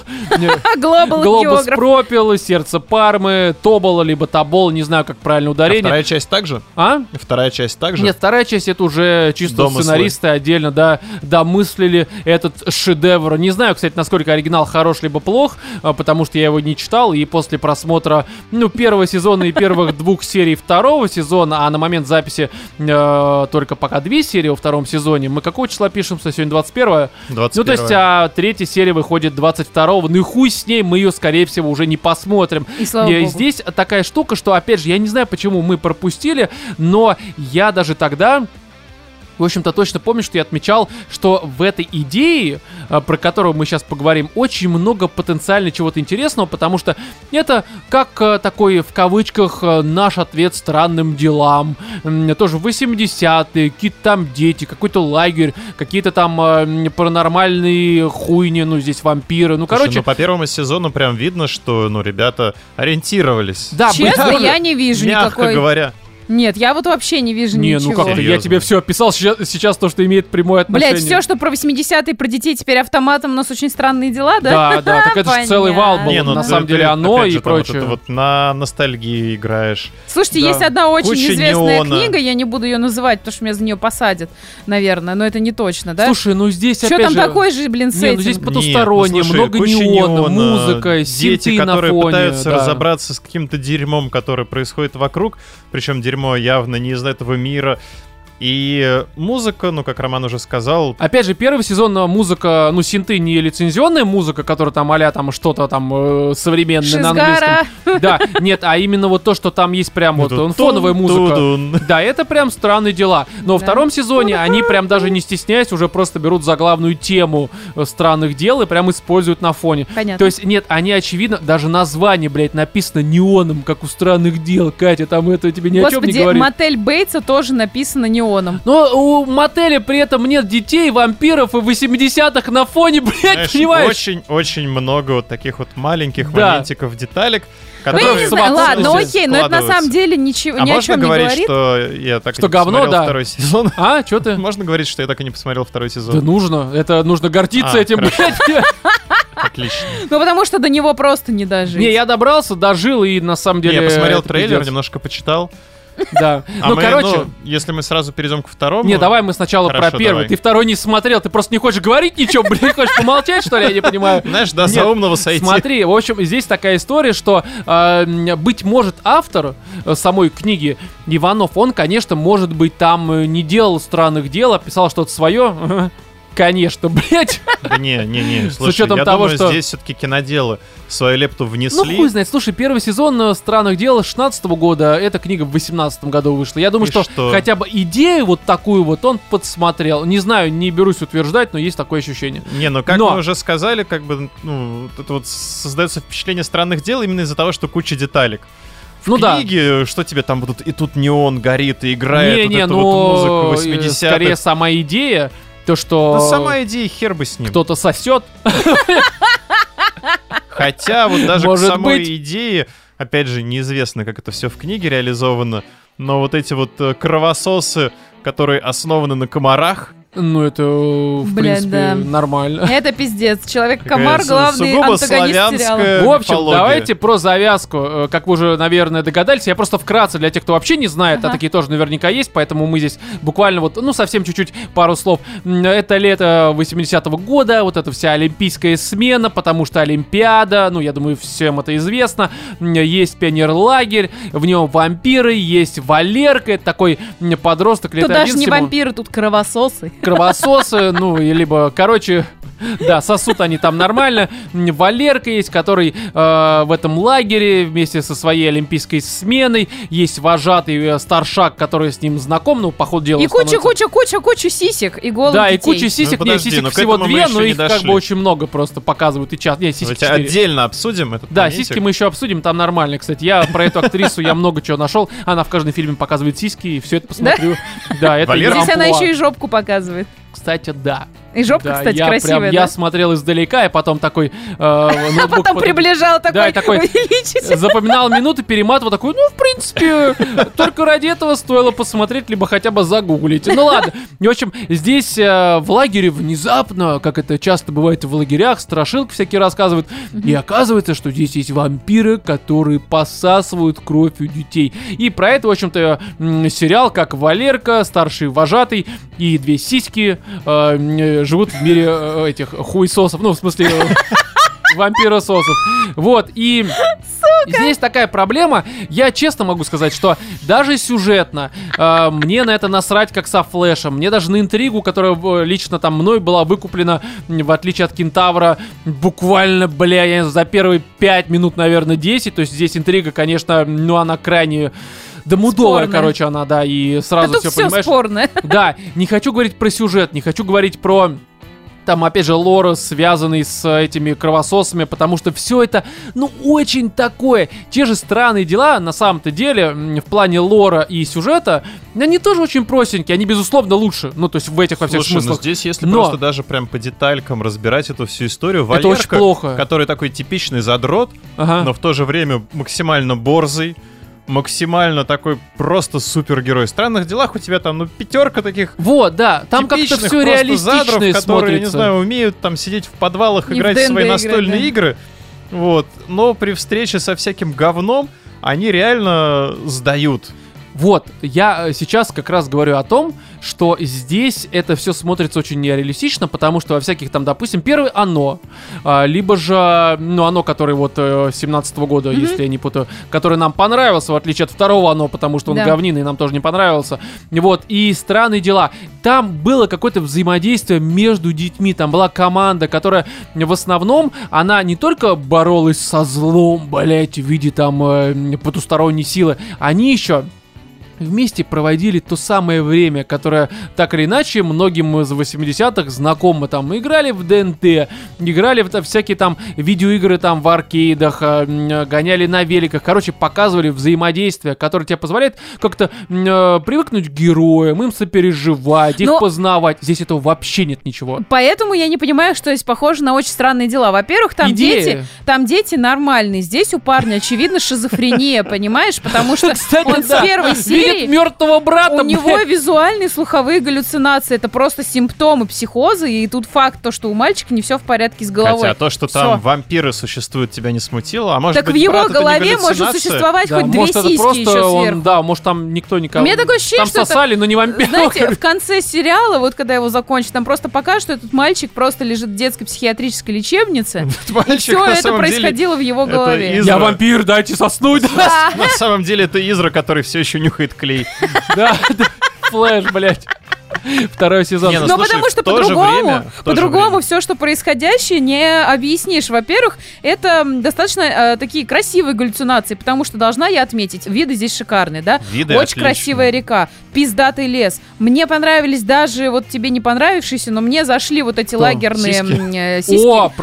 пропил, «Сердце Пармы», Тобол, либо Тобол, не знаю, как правильно ударение. А вторая часть также? Вторая часть также? Нет, вторая часть это уже чисто сценаристы отдельно, домыслили этот шедевр. Не знаю, кстати, насколько оригинал хорош либо плох, потому что я его не читал, и после просмотра, первого сезона и первых 2 серий второго сезона, а на момент записи только пока 2 серии во втором сезоне. Мы какого числа пишемся? Сегодня 21-е? 21-е. То есть, 3-я серия выходит 22-го. И хуй с ней, мы ее, скорее всего, уже не посмотрим. И слава богу. Здесь такая штука, что, опять же, я не знаю, почему мы пропустили, но я даже тогда... В общем-то, точно помню, что я отмечал, что в этой идее, про которую мы сейчас поговорим, очень много потенциально чего-то интересного, потому что это как такой, в кавычках, наш ответ странным делам. Тоже 80-е, какие-то там дети, какой-то лагерь, какие-то там паранормальные хуйни, здесь вампиры, короче... по первому сезону прям видно, что, ребята ориентировались. Да, честно, я не вижу мягко говоря. Нет, я вот вообще не вижу ничего. Как-то я тебе все описал сейчас то, что имеет прямое отношение. Блять, все, что про 80-е, про детей теперь автоматом, у нас очень странные дела, да? Да, так это же целый вал был, на самом деле, оно и прочее. Ты вот на ностальгии играешь. Слушайте, есть одна очень известная книга, я не буду ее называть, потому что меня за нее посадят, наверное, но это не точно, да? Слушай, здесь опять же... Что там такой же, сеттинг? Здесь потустороннее, много неона, музыка, дети, которые пытаются разобраться с каким-то дерьмом, которое происходит вокруг, причем дерьмо явно не из этого мира. И музыка, ну, как Роман уже сказал... Опять же, первый сезон музыка, ну, синты не лицензионная музыка, которая там а-ля там что-то там современное Шизгара. на английском. Да, нет, а именно вот то, что там есть прям вот фоновая музыка. Да, это прям странные дела. Но во втором сезоне они прям даже не стесняясь уже просто берут за главную тему странных дел и прям используют на фоне. Понятно. То есть, нет, они очевидно, даже название, блядь, написано неоном, как у странных дел. Катя, там это тебе ни о чем не говорит. Господи, мотель Бейтса тоже написано неоном. Но у мотеля при этом нет детей, вампиров и 80-х на фоне, блядь, знаешь, понимаешь? Очень много вот таких вот маленьких Да. моментиков, деталек, Ну, я которые не знаю, ладно, совокупности окей, но это на самом деле ничего, А ни о можно чем не говорить, говорит. что я так и Что не говно, посмотрел да. второй сезон? А, что ты? Можно говорить, что я так и не посмотрел второй Да сезон? нужно, это нужно гордиться А, этим, хорошо. блядь. Отлично. Ну, потому что до него просто не дожить. Не, я добрался, дожил и на самом деле... Я посмотрел это трейлер, пиздец. немножко почитал. Да. А Ну, мы, короче... если мы сразу перейдем к второму... Не, давай мы сначала Хорошо, про первый. давай. Ты второй не смотрел, ты просто не хочешь говорить ничего, блин, хочешь помолчать, что ли, я не понимаю. Знаешь, да, Нет, за умного сойти. Смотри, в общем, здесь такая история, что, быть может, автор самой книги Иванов, он, конечно, может быть, там не делал странных дел, а писал что-то свое. Конечно, блядь. Да не, слушай, учетом я того, думаю, что- здесь все-таки киноделы свою лепту Ну, внесли. хуй знает. Слушай, первый сезон «Странных дел» 16-го года, эта книга в 18-м году вышла. Я думаю, И что что? хотя бы идею вот такую вот он подсмотрел. Не знаю, не берусь утверждать, но есть такое ощущение. Не, ну как Но- мы уже сказали, как бы, ну, вот это вот создается впечатление странных дел именно из-за того, что куча деталек. В Ну да. книге, что тебе там будут, и тут неон горит, и играет вот Не-не, эту вот ну, музыку 80-х. скорее сама идея, то, что Ну, сама идея, хер бы с ним. кто-то сосет. Хотя вот даже к Может самой быть. идее, опять же, неизвестно, как это все в книге реализовано, но вот эти вот кровососы, которые основаны на комарах, Ну, это, в Блин, принципе, да. нормально. Это пиздец. Человек-комар, такая главный сугубо антагонист сериала. славянская В общем, мифология. давайте про завязку. Как вы уже, наверное, догадались, я просто вкратце для тех, кто вообще не знает, а Ага. такие тоже наверняка есть, поэтому мы здесь буквально вот, ну, совсем чуть-чуть пару слов. Это лето 80-го года, вот эта вся олимпийская смена, потому что Олимпиада, ну, я думаю, всем это известно. Есть пионерлагерь, в нем вампиры, есть Валерка, это такой подросток лет Тут даже 11 не ему. вампиры, тут кровососы. Кровососы, ну, и либо, короче, да, сосут они там нормально. Валерка есть, который в этом лагере вместе со своей олимпийской сменой. Есть вожатый старшак, который с ним знаком, ну, по ходу дела И становится. куча сисек и голых Да, и детей. куча сисек, Ну, нет, подожди, сисек но к всего этому мы 2, еще но не их как дошли. бы очень много просто показывают. И час, нет, сиськи Давайте 4. отдельно обсудим этот Да, моментик. сиськи мы еще обсудим, там нормально, кстати. Я про эту актрису, я много чего нашел. Она в каждом фильме показывает сиськи, и все это посмотрю. Да, это Валера? её Здесь она амплуа. еще и жопку показывает. Кстати, да. И жопка, Да, кстати, я красивая, прям, да? я смотрел издалека, и потом такой... А потом приближал такой, и такой увеличить. запоминал минуты, перематывал такой, ну, в принципе, только ради этого стоило посмотреть, либо хотя бы загуглить. Ну, ладно. И, в общем, здесь в лагере внезапно, как это часто бывает в лагерях, страшилки всякие рассказывают, и оказывается, что здесь есть вампиры, которые посасывают кровь у детей. И про это, в общем-то, сериал, как Валерка, старший вожатый и две сиськи живут в мире этих хуесосов, ну, в смысле... вампирососов. Вот, и здесь такая проблема. Я честно могу сказать, что даже сюжетно мне на это насрать, как со Флэшем. Мне даже на интригу, которая лично там мной была выкуплена, в отличие от Кентавра, буквально, бля, я не знаю, за первые 5 минут, наверное, 10. То есть здесь интрига, конечно, ну, она крайне... Да мудовая, Спорная. короче, она, да, и сразу Да тут все все понимаешь. спорное. Да, не хочу говорить про сюжет, не хочу говорить про... Там, опять же, лор, связанный с этими кровососами, потому что все это, ну, очень такое. Те же странные дела, на самом-то деле, в плане лора и сюжета, они тоже очень простенькие, они, безусловно, лучше. Ну, то есть в этих во всех Слушай, ну смыслах. здесь, если Но- просто даже прям по деталькам разбирать эту всю историю, Это очень Валерка, плохо. который такой типичный задрот, Ага. но в то же время максимально борзый, максимально такой просто супергерой. В «Странных делах» у тебя там, ну, 5 таких Вот, да, там как-то типичных все просто реалистично задров, которые, смотрится. я не знаю, умеют там сидеть в подвалах, И в играть в свои ДНД настольные играть, игры. Вот. Но при встрече со всяким говном они реально сдают. Вот, я сейчас как раз говорю о том, что здесь это все смотрится очень нереалистично, потому что во всяких там, допустим, первый «Оно», либо же, ну, «Оно», который вот 17-го года, если я не путаю, который нам понравился, в отличие от второго «Оно», потому что он говниный, нам тоже не понравился. Вот, и «Странные дела». Там было какое-то взаимодействие между детьми, там была команда, которая в основном, она не только боролась со злом, блять, в виде там потусторонней силы, они еще вместе проводили то самое время, которое так или иначе многим из 80-х знакомо. Там играли в ДНТ, играли в всякие там видеоигры там в аркейдах, гоняли на великах. Короче, показывали взаимодействие, которое тебе позволяет как-то привыкнуть к героям, им сопереживать, их познавать. Здесь этого вообще нет ничего. Поэтому я не понимаю, что здесь похоже на «Очень странные дела». Во-первых, там дети нормальные. Здесь у парня, очевидно, шизофрения, понимаешь? Потому что он с первой серии мертвого брата. У него визуальные слуховые галлюцинации. Это просто симптомы психоза. И тут факт, то, что у мальчика не все в порядке с головой. Хотя то, что там вампиры существуют, тебя не смутило. А может так быть, в его голове может существовать хоть две сиськи еще сверху. Да, может там никто никого. У меня такое ощущение, там сосали, но не вампиры. Знаете, в конце сериала, вот когда его закончат, там просто покажут, что этот мальчик просто лежит в детской психиатрической лечебнице. И все это происходило в его голове. Я вампир, дайте соснуть. На самом деле это Изра, который все еще нюхает клей. Да, Флэш, блядь. Второй сезон. Не, ну потому что по-другому все, что происходящее, не объяснишь. Во-первых, это достаточно такие красивые галлюцинации, потому что должна я отметить, виды здесь шикарные, да? Виды очень красивая река, пиздатый лес. Мне понравились даже вот тебе не понравившиеся, но мне зашли вот эти лагерные сиськи. О,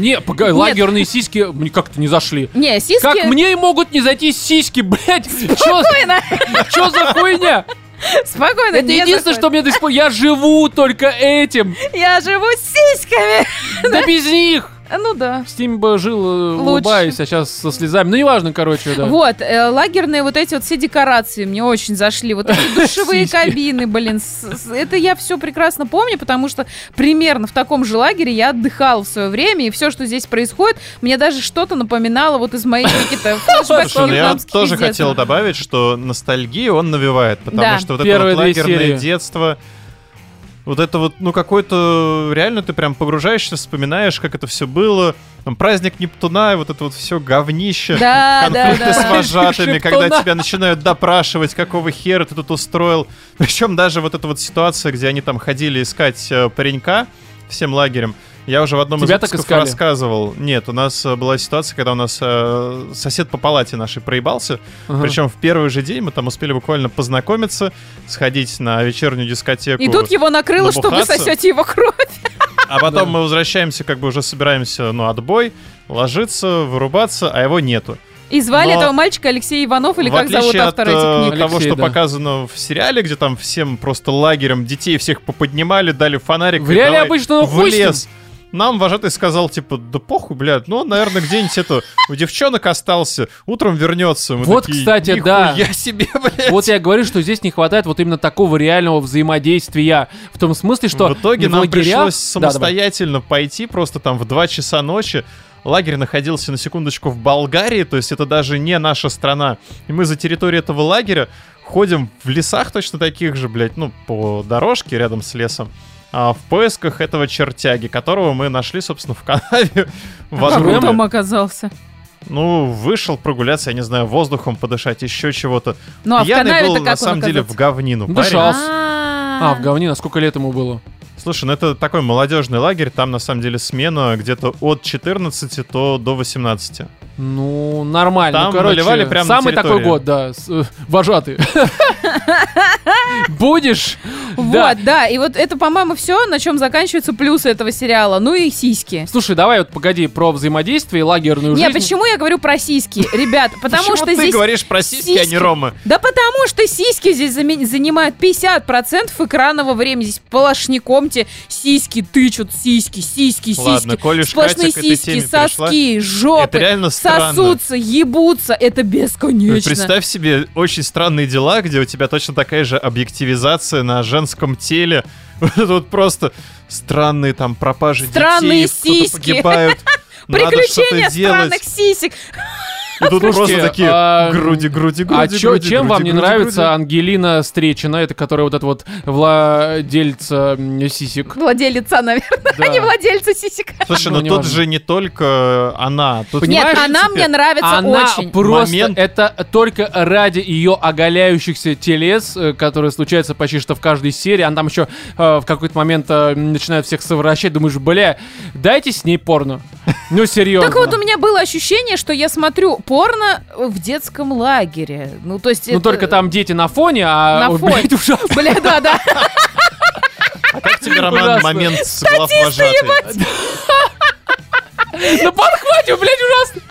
лагерные сиськи мне как-то не зашли. Не, сиськи... Как мне могут не зайти сиськи, блядь? Спокойно. Чё за хуйня? Спокойно. Это единственное, что мне до сих пор... Я живу только этим. Я живу с сиськами. Да без них. Ну да. С ним бы жил, улыбаюсь, а сейчас со слезами. Ну, неважно, короче, да. Вот, лагерные вот эти вот все декорации мне очень зашли. Вот эти душевые кабины, блин. Это я все прекрасно помню, потому что примерно в таком же лагере я отдыхала в свое время, и все, что здесь происходит, мне даже что-то напоминало вот из моих каких-то флешбэков. Я тоже хотел добавить, что ностальгию он навевает, потому что вот это вот лагерное детство... Вот это вот, ну, какой-то... Реально ты прям погружаешься, вспоминаешь, как это все было. Там праздник Нептуна, и вот это вот все говнище. Конфликты с вожатыми, когда тебя начинают допрашивать, какого хера ты тут устроил. Причем даже вот эта вот ситуация, где они там ходили искать паренька всем лагерем. Я уже в одном из выпусков рассказывал. Нет, у нас была ситуация, когда у нас сосед по палате нашей проебался. Причем в первый же день мы там успели буквально познакомиться, сходить на вечернюю дискотеку. И тут его накрыло, что вы сосете его кровь. А потом мы возвращаемся, как бы уже собираемся, ну, отбой, ложиться, вырубаться, а его нету. И звали этого мальчика Алексей Иванов, или как зовут автора этих книг? Того, что показано в сериале, где там всем просто лагерем детей всех поподнимали, дали фонарик. В реале обычно в лес. Нам вожатый сказал, типа, да похуй, блядь, ну, наверное, где-нибудь это у девчонок остался, утром вернется. Мы вот, такие, кстати, да. Я себе, блядь. Вот я говорю, что здесь не хватает вот именно такого реального взаимодействия. В том смысле, что в итоге нам пришлось самостоятельно пойти просто там в 2 часа ночи. Лагерь находился, на секундочку, в Болгарии, то есть это даже не наша страна. И мы за территорией этого лагеря ходим в лесах точно таких же, блядь, ну, по дорожке рядом с лесом. В поисках этого чертяги, которого мы нашли, собственно, в канаве. Как он там оказался? Ну, вышел прогуляться, я не знаю, воздухом подышать, еще чего-то. Ну, а пьяный был, на самом деле, в говнину. Дышался. В говнину. А сколько лет ему было? Слушай, ну это такой молодежный лагерь, там на самом деле смена где-то от 14 до 18. Ну, нормально. Там наливали прямо самый на такой год, да, вожатый. Будешь? Вот, да, и вот это, по-моему, все, на чем заканчиваются плюсы этого сериала. Ну и сиськи. Слушай, давай вот погоди про взаимодействие и лагерную жизнь. Не, почему я говорю про сиськи, ребят? Потому что здесь... Почему ты говоришь про сиськи, а не Рома? Да потому что сиськи здесь занимают 50% экранного времени. Здесь полошником тебе сиськи тычут, сиськи. Ладно, коль уж сплошные сиськи, соски, жопы. Это реально странно. Сосутся, ебутся. Это бесконечно. Представь себе очень странные дела, где у тебя точно такая же объективизация на женском теле. Вот просто странные там пропажи странные детей, сиськи. кто-то погибают. Приключения странных сисек. И тут просто такие груди. Чем вам не нравится Ангелина Стречина, это которая вот эта вот владельца сисек? Владелица, наверное, а не владельца сисек. Слушай, но тут же не только она. Нет, она мне нравится очень. Просто это только ради ее оголяющихся телес, которые случаются почти что в каждой серии. Она там еще в какой-то момент начинает всех совращать. Думаешь, бля, дайте с ней порно. Ну, серьезно. Так вот, у меня было ощущение, что я смотрю порно в детском лагере. Ну, то есть... Ну, только там дети на фоне, а... На фоне. Бля, да. А как тебе, Роман, момент с главвожатой? На подхвате, блядь, ужасно!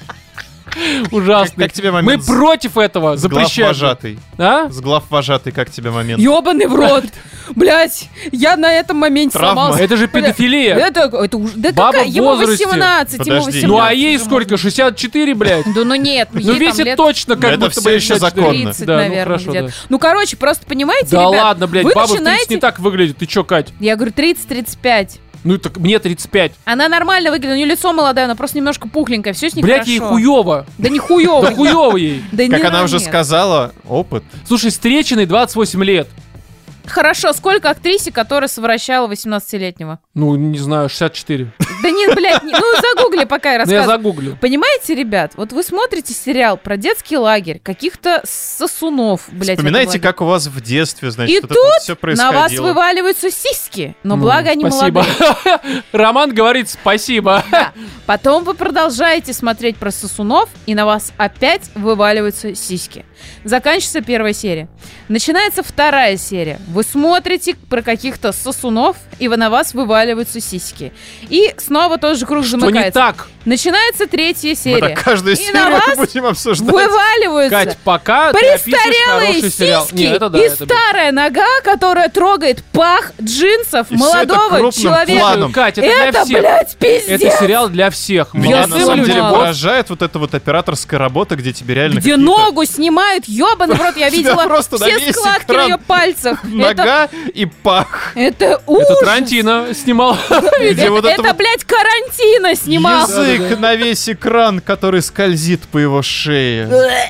Ужасно. Как тебе момент? Мы против этого запрещаем. С главвожатой как тебе момент? Ёбаный в рот. Блять, я на этом моменте сломался. Это же педофилия. Это уже... Да баба какая? Ему 18, ему 18. Ну а ей сколько? 64, блядь? Да ну нет. Ну весит точно как будто бы еще законно. 30, наверное, где-то. Ну короче, просто понимаете, да ладно, блядь, баба в 30 не так выглядит. Ты чё, Кать? Я говорю 30-35. Ну так мне 35. Она нормально выглядит, у нее лицо молодое, она просто немножко пухленькая, все с ней хорошо. Блядь, ей хуёво. Да не хуёво. Да хуёво ей. Как она уже сказала, опыт. Слушай, Стречиной 28 лет. Хорошо, сколько актрисе, которая совращала 18-летнего? Ну, не знаю, 64. Да нет, блядь, ну загугли, пока я рассказываю. Я загуглю. Понимаете, ребят, вот вы смотрите сериал про детский лагерь, каких-то сосунов, блядь. Вспоминайте, как у вас в детстве, значит, и вот тут это вот все происходило. На вас вываливаются сиськи, но благо они молодые. Роман говорит спасибо. Да. Потом вы продолжаете смотреть про сосунов, и на вас опять вываливаются сиськи. Заканчивается первая серия. Начинается вторая серия. Вы смотрите про каких-то сосунов, и на вас вываливаются сиськи. И снова тот же круг замыкается. Что не так? Начинается третья серия. Мы так каждую серию будем обсуждать. Вываливаются Кать, пока престарелые сиськи и старая нога, которая трогает пах джинсов молодого человека. Кать, это для всех. Блядь, пиздец. Это сериал для всех. Меня на самом деле поражает вот эта вот операторская работа, где тебе реально где ногу снимают, ёбаный в рот, я видела все складки на ее пальцах. Нога и пах. Это ужас. Это Тарантино снимал. Это, блядь, Карантино снимал. Язык на весь экран, который скользит по его шее.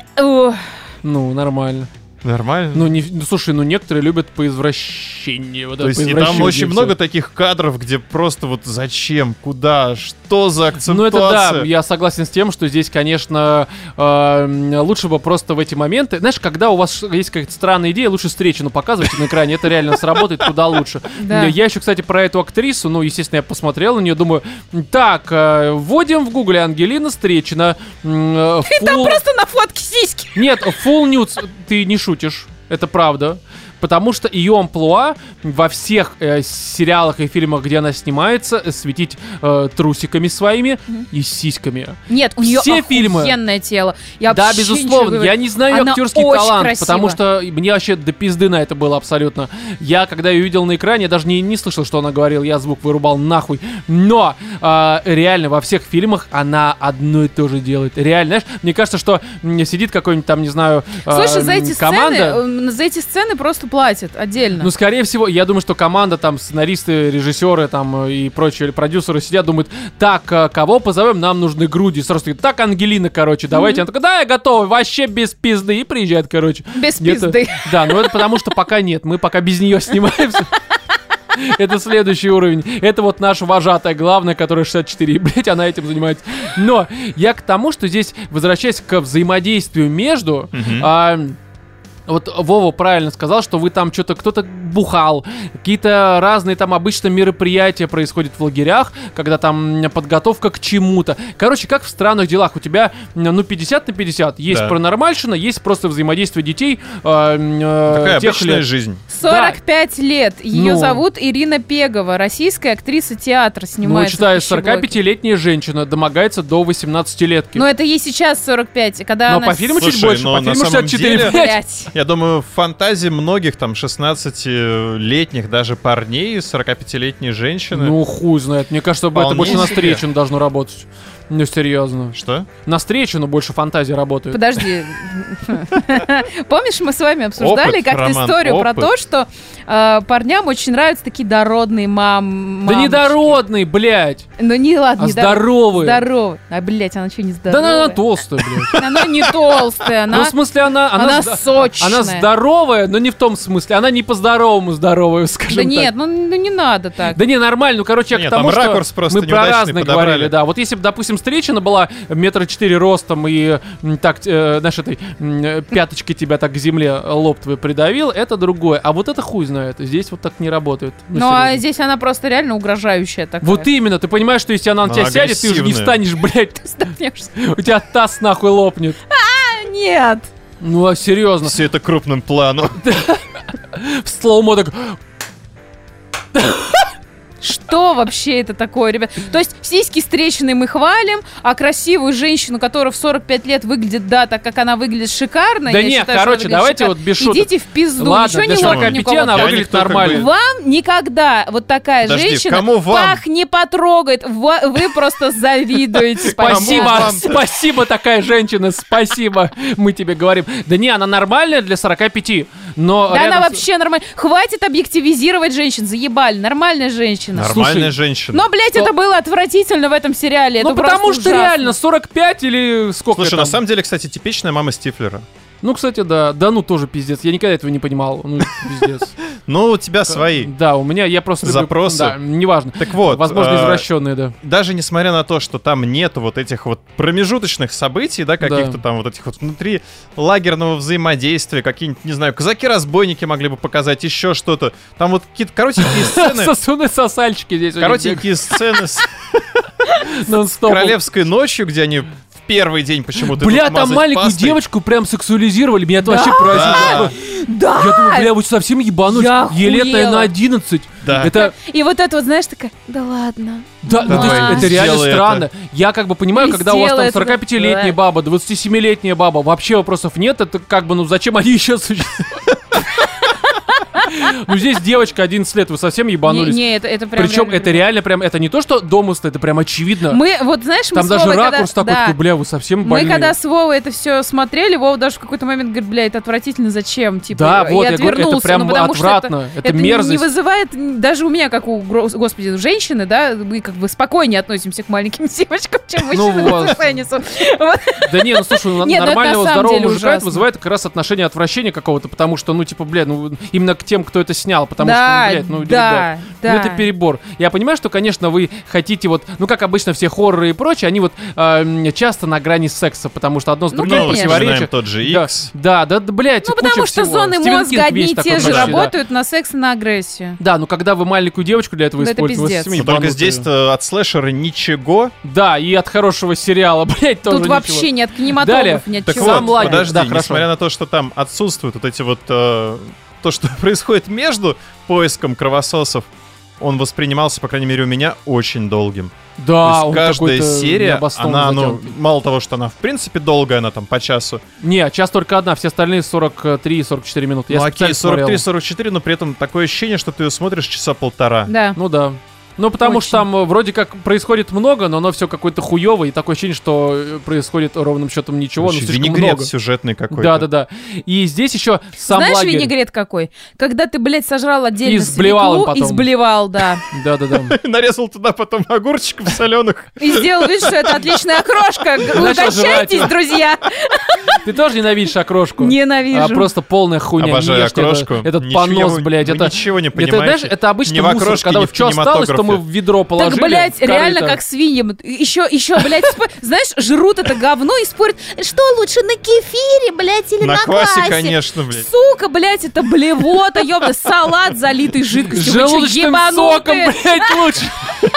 Ну, нормально. Нормально? Ну, слушай, некоторые любят по извращению. Вот то есть и там очень много таких кадров, где просто вот зачем, куда, что за акцентуация. Ну это да, я согласен с тем, что здесь, конечно, лучше бы просто в эти моменты... Знаешь, когда у вас есть какая-то странная идея, лучше встречу показывайте на экране, это реально сработает куда лучше. Я еще, кстати, про эту актрису, естественно, я посмотрел на нее, думаю, так, вводим в гугле Ангелина Стречина. И там просто на фотке сиськи. Нет, full nudes, ты не шутишь. Это правда. Потому что ее амплуа во всех сериалах и фильмах, где она снимается, светить трусиками своими и сиськами. Нет, у нее охуенное тело. Да, безусловно. Я не знаю ее актерский талант, потому что мне вообще до пизды на это было абсолютно. Я, когда ее видел на экране, я даже не слышал, что она говорила. Я звук вырубал нахуй. Но реально во всех фильмах она одно и то же делает. Реально, знаешь, мне кажется, что сидит какой-нибудь там, не знаю, слушай, за эти сцены просто платят отдельно. Ну, скорее всего, я думаю, что команда, там, сценаристы, режиссеры, там, и прочие продюсеры сидят, думают, так, кого позовем, нам нужны груди. Сразу говорят, так, Ангелина, короче, давайте. Она такая, да, я готова, вообще без пизды. И приезжает, короче. Без пизды. Да, но это потому, что пока нет, мы пока без нее снимаемся. Это следующий уровень. Это вот наша вожатая главная, которая 64. Блять, она этим занимается. Но я к тому, что здесь, возвращаясь к взаимодействию между... Вот Вова правильно сказал, что вы там что-то, кто-то бухал, какие-то разные там обычно мероприятия происходят в лагерях, когда там подготовка к чему-то. Короче, как в странных делах, у тебя, 50 на 50. Есть паранормальщина, есть просто взаимодействие детей. Такая обычная жизнь. 45 лет. Ее зовут Ирина Пегова, российская актриса театра, снимается. Ну, считаю, 45-летняя женщина домогается до 18-летки. Но это ей сейчас 45, когда но она... по фильму чуть больше, по фильму 64-5. Я думаю, в фантазии многих там 16-летних даже парней, 45-летней женщины. Ну, хуй знает. Мне кажется, это больше на Стречину должно работать. Ну, серьезно. Что? На встречу, но больше фантазии работает. Подожди. Помнишь, мы с вами обсуждали как-то историю про то, что парням очень нравятся такие дородные мамочки. Да не дородные, блядь. Ну не ладно, а здоровые. Здоровые. А, блядь, она что, не здоровая? Да она толстая, блядь. Она не толстая, Ну, в смысле, она сочная. Она здоровая, но не в том смысле. Она не по-здоровому здоровая, скажем так. Да нет, ну не надо так. Да не, нормально. Ну, короче, я к тому, что мы про разные говорили, да. Вот если бы, допустим, встречена была 4 метра ростом и так, знаешь, этой пяточкой тебя так к земле лоб твой придавил, это другое. А вот это хуй знает. Здесь вот так не работает. Ну, а здесь она просто реально угрожающая такая. Вот именно. Ты понимаешь, что если она на тебя сядет, ты уже не встанешь, блядь. Ты встанешь. У тебя таз нахуй лопнет. Нет. Ну, а серьезно. Все это крупным планом. В слоумо так... Что вообще это такое, ребят? То есть сиськи встреченные мы хвалим, а красивую женщину, которая в 45 лет выглядит, да, так как она выглядит шикарно. Да нет, короче, давайте вот без шуток. Идите в пизду, ладно, ничего не лопнет никого. Она выглядит нормально. Вам никогда вот такая женщина пах не потрогает. Вы просто завидуете. Спасибо, такая женщина, спасибо, мы тебе говорим. Да не, она нормальная для 45, но... Да она вообще нормальная. Хватит объективизировать женщин, заебали, нормальная женщина. Нормальная женщина. Но, блядь, это было отвратительно в этом сериале. Ну, потому что реально 45 или сколько. Слушай, на самом деле, кстати, типичная мама Стифлера. Ну, кстати, да. Да ну, тоже пиздец. Я никогда этого не понимал. Ну, пиздец. Ну, у тебя свои. Да, у меня, я просто... Запросы. Да, неважно. Так вот. Возможно, извращенные, да. Даже несмотря на то, что там нету вот этих вот промежуточных событий, да, каких-то там вот этих вот внутри лагерного взаимодействия, какие-нибудь, не знаю, казаки-разбойники могли бы показать, еще что-то. Там вот какие-то коротенькие сцены. Сосуны-сосальчики здесь. Коротенькие сцены с королевской ночью, где они... Первый день почему-то. Бля, там маленькую девочку прям сексуализировали. Меня это вообще поразило. Да. Я думаю, бля, вы совсем ебанулись. Ей лет, наверное, 11. Да. Это... И вот это вот, знаешь, такая, да ладно. Да, ну, то есть это реально странно. Это. Я как бы понимаю, когда у вас там 45-летняя баба, 27-летняя баба, вообще вопросов нет. Это как бы, ну зачем они еще существуют? Ну здесь девочка 11 лет, вы совсем ебанулись. Не, это прям. Причем это реально прям, это не то, что домыслы, это прям очевидно. Мы, вот знаешь, там даже ракурс такой, бля, вы совсем больные. Мы когда с Вовой это все смотрели, Вова даже в какой-то момент говорит, бля, это отвратительно, зачем? Типа, да, вот, я говорю, это прям отвратно, это мерзость. Не вызывает, даже у меня, как у, господи, у женщины, да, мы как бы спокойнее относимся к маленьким девочкам, чем мужчины по теннису. Да не, ну слушай, нормального здорового мужика это вызывает как раз отношение отвращения какого-то, потому что, ну, типа, бля, ну, именно к тем, кто это снял, потому что, блядь, ну, ребят, ну, это перебор. Я понимаю, что, конечно, вы хотите вот, ну, как обычно все хорроры и прочее, они вот часто на грани секса, потому что одно с другим противоречит. Тот же X. Да, блядь, ну, потому что зоны мозга одни и те же работают на секс и на агрессию. Да, ну, когда вы маленькую девочку для этого используете, вы только здесь-то от слэшера ничего. Да, и от хорошего сериала, блядь, тоже тут вообще не от кинематографов, ни от чего. Так вот, подожди, несмотря на то, что там отсутствуют вот эти вот... То, что происходит между поиском кровососов, он воспринимался, по крайней мере, у меня очень долгим. Да, то есть каждая серия, она, ну, мало того, что она в принципе долгая, она там по часу. Не, час только одна, все остальные 43-44 минуты. Ну окей, 43-44, но при этом такое ощущение, что ты ее смотришь часа полтора. Да. Ну да. Ну, потому что там вроде как происходит много, но оно все какое-то хуёвое, и такое ощущение, что происходит ровным счетом ничего, но слишком винегрет много. Сюжетный какой-то. Да. И здесь еще сам знаешь, лагерь. Винегрет какой? Когда ты, блядь, сожрал отдельно и свеклу и сблевал, да. Да. Нарезал туда потом огурчиков соленых. И сделал вид, что это отличная окрошка. Угощайтесь, друзья. Ты тоже ненавидишь окрошку? Ненавижу. А просто полная хуйня. Обожаю окрошку. Этот понос, блядь. Вы ничего не понимаете. Это, знаешь, это обычно мусор, когда вот что осталось, то мы в ведро положили. Так, блядь, реально как свиньи. Еще, блядь, знаешь, жрут это говно и спорят, что лучше, на кефире, блядь, или на квасе? Конечно, блядь. Сука, блядь, это блевота, ёбна, салат, залитый жидкостью. Желудочным соком, блядь, лучше.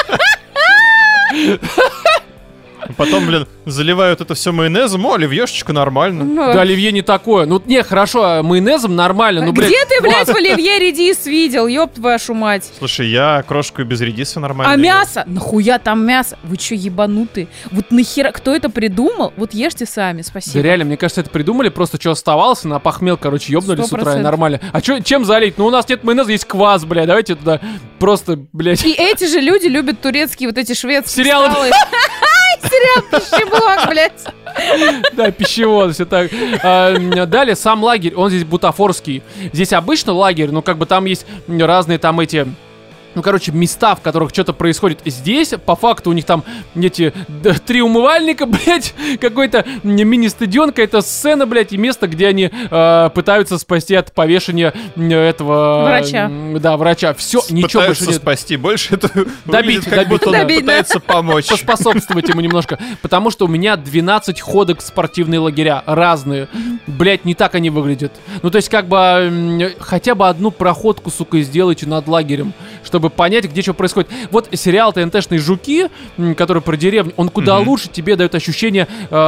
Потом, блин, заливают это все майонезом. О, оливьешечка нормально. Да, оливье не такое. Ну, не, хорошо, майонезом нормально. Ну, блядь, где ты, блядь, в оливье редис видел? Ёб вашу мать. Слушай, я крошку без редиса нормально. А мясо? Нахуя там мясо? Вы чё, ебанутые? Вот нахера, кто это придумал? Вот ешьте сами, спасибо. Да реально, мне кажется, это придумали, просто что оставалось, на похмел, короче, ёбнули 100%. С утра, и нормально. А чем залить? Ну, у нас нет майонеза, есть квас, блядь, давайте туда просто, блядь. И эти же люди любят турецкие вот эти шведские сериалы. Сериал «Пищеблок», блядь. Да, пищевод, все так. Далее, сам лагерь, он здесь бутафорский. Здесь обычно лагерь, но как бы там есть разные там эти... Ну, короче, места, в которых что-то происходит. Здесь, по факту, у них там эти 3 умывальника, блядь, какой-то мини-стадион, какая-то сцена, блядь, и место, где они пытаются спасти от повешения этого... Врача. Да, врача. Все, ничего больше нет. Спасти больше, это добить, как будто он пытается помочь. Поспособствовать ему немножко. Потому что у меня 12 ходок в спортивные лагеря. Разные. Блядь, не так они выглядят. Ну, то есть, как бы, хотя бы одну проходку, сука, сделайте над лагерем, чтобы понять, где что происходит. Вот сериал ТНТшные «Жуки», который про деревню, он куда лучше тебе дает ощущение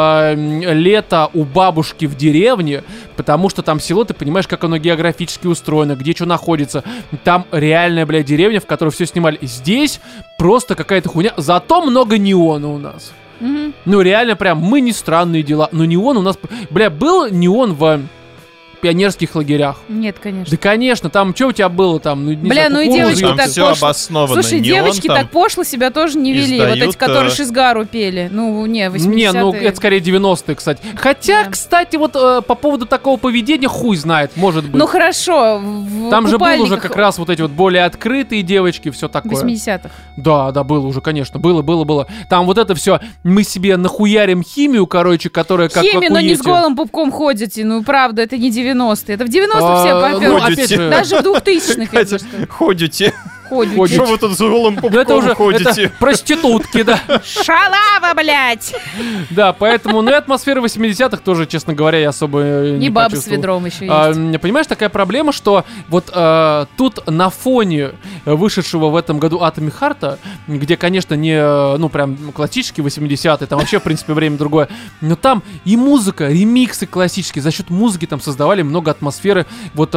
лета у бабушки в деревне, потому что там село, ты понимаешь, как оно географически устроено, где что находится. Там реальная, блядь, деревня, в которой все снимали. Здесь просто какая-то хуйня, зато много неона у нас. Ну, реально, прям, мы не странные дела, но неон у нас... Бля, был неон в... пионерских лагерях? Нет, конечно. Да, конечно, там что у тебя было там? Ну, бля, ну и девочки там так все пошло. обосновано. Слушай, девочки так пошло себя тоже не вели. издают, вот эти, которые Шизгару пели. Ну, не, 80-е. Не, ну это скорее 90-е, кстати. Хотя, кстати, вот по поводу такого поведения хуй знает, может быть. Ну хорошо. Там же было уже как раз вот эти вот более открытые девочки, все такое. 80-х. Да, было уже, конечно. Было. Там вот это все, мы себе нахуярим химию, короче, которая как химию, но не с голым пупком ходите. Ну, правда, это не 90-е. Это в 90-х все попёр. Ну, опять же, даже в 2000-х. Ходите. Ходите. Что вы тут с голым пупком ходите? Это проститутки, да. Шалава, блядь! Да, поэтому, ну и атмосфера 80-х тоже, честно говоря, я особо не бабы с почувствовал. ведром еще есть. Понимаешь, такая проблема, что вот тут на фоне вышедшего в этом году Atomic Heart, где, конечно, не, ну, прям классические 80-е, там вообще, в принципе, время другое, но там и музыка, ремиксы классические, за счет музыки там создавали много атмосферы вот...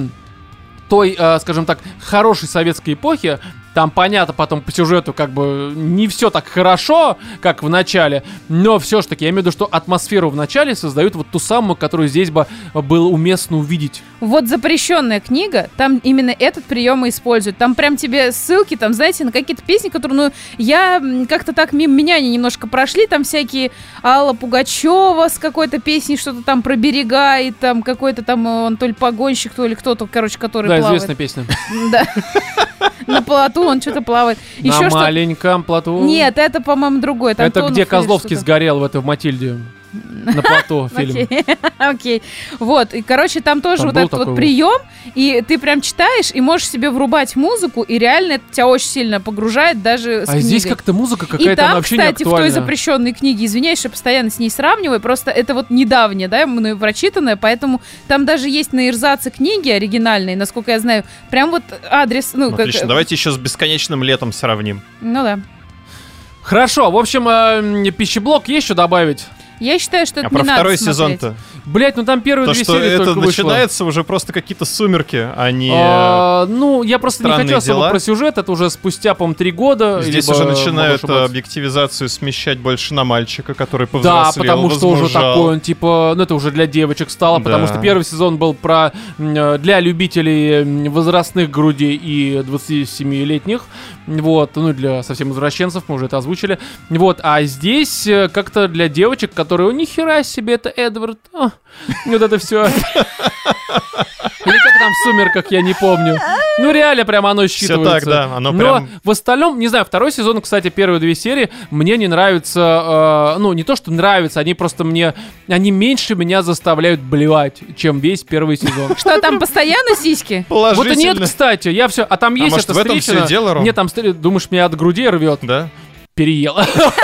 той, скажем так, хорошей советской эпохи. Там, понятно, потом по сюжету как бы не все так хорошо, как в начале, но все-таки я имею в виду, что атмосферу в начале создают вот ту самую, которую здесь бы было уместно увидеть. Вот запрещенная книга, там именно этот прием и используют. Там прям тебе ссылки, там, знаете, на какие-то песни, которые, ну, я как-то так мимо меня они немножко прошли, там всякие Алла Пугачева с какой-то песней, что-то там про берега, и там какой-то там, он то ли погонщик, то ли кто-то, короче, который плавает. Да, известная песня. Да. На плоту он что-то плавает. На маленьком плоту. Нет, это, по-моему, другой. Это где Козловский сгорел в Матильде. На плато фильм. Окей. Вот, и, короче, там тоже вот этот вот прием, и ты прям читаешь, и можешь себе врубать музыку, и реально это тебя очень сильно погружает даже с книгой. Здесь как-то музыка какая-то вообще не актуальна. И там, кстати, в той запрещенной книге, извиняюсь, что постоянно с ней сравниваю, просто это вот недавнее, да, мною прочитанное, поэтому там даже есть на эрзаце книги оригинальные, насколько я знаю, прям вот адрес, ну, отлично, как... давайте еще с «Бесконечным летом» сравним. Ну да. Хорошо, в общем, пищеблок есть что добавить? Я считаю, что это не надо смотреть. А про второй сезон-то? Блять, ну там первые 2 серии только вышло. То, что это начинается уже просто какие-то сумерки, а не ну, я просто не хочу особо про сюжет, это уже спустя, по-моему, 3 года. Здесь уже начинают объективизацию смещать больше на мальчика, который повзрослел, да, потому что уже такой, он типа, ну это уже для девочек стало, потому что первый сезон был про для любителей возрастных грудей и 27-летних, вот, ну для совсем извращенцев, мы уже это озвучили, вот, а здесь как-то для девочек, которые, нихера себе, это Эдвард, вот это все. Или как там в «Сумерках», я не помню. Ну, реально, прям оно считывается. Все так, да, оно но прям... в остальном, не знаю, второй сезон, кстати, первые 2 серии мне не нравятся, ну, не то, что нравятся, они просто мне, они меньше меня заставляют блевать, чем весь первый сезон. Что, там постоянно сиськи? Вот и нет, кстати, я все, а там есть эта встреча. А может, в этом все дело, Ром? Нет, там, думаешь, меня от груди рвет? Да. Переела.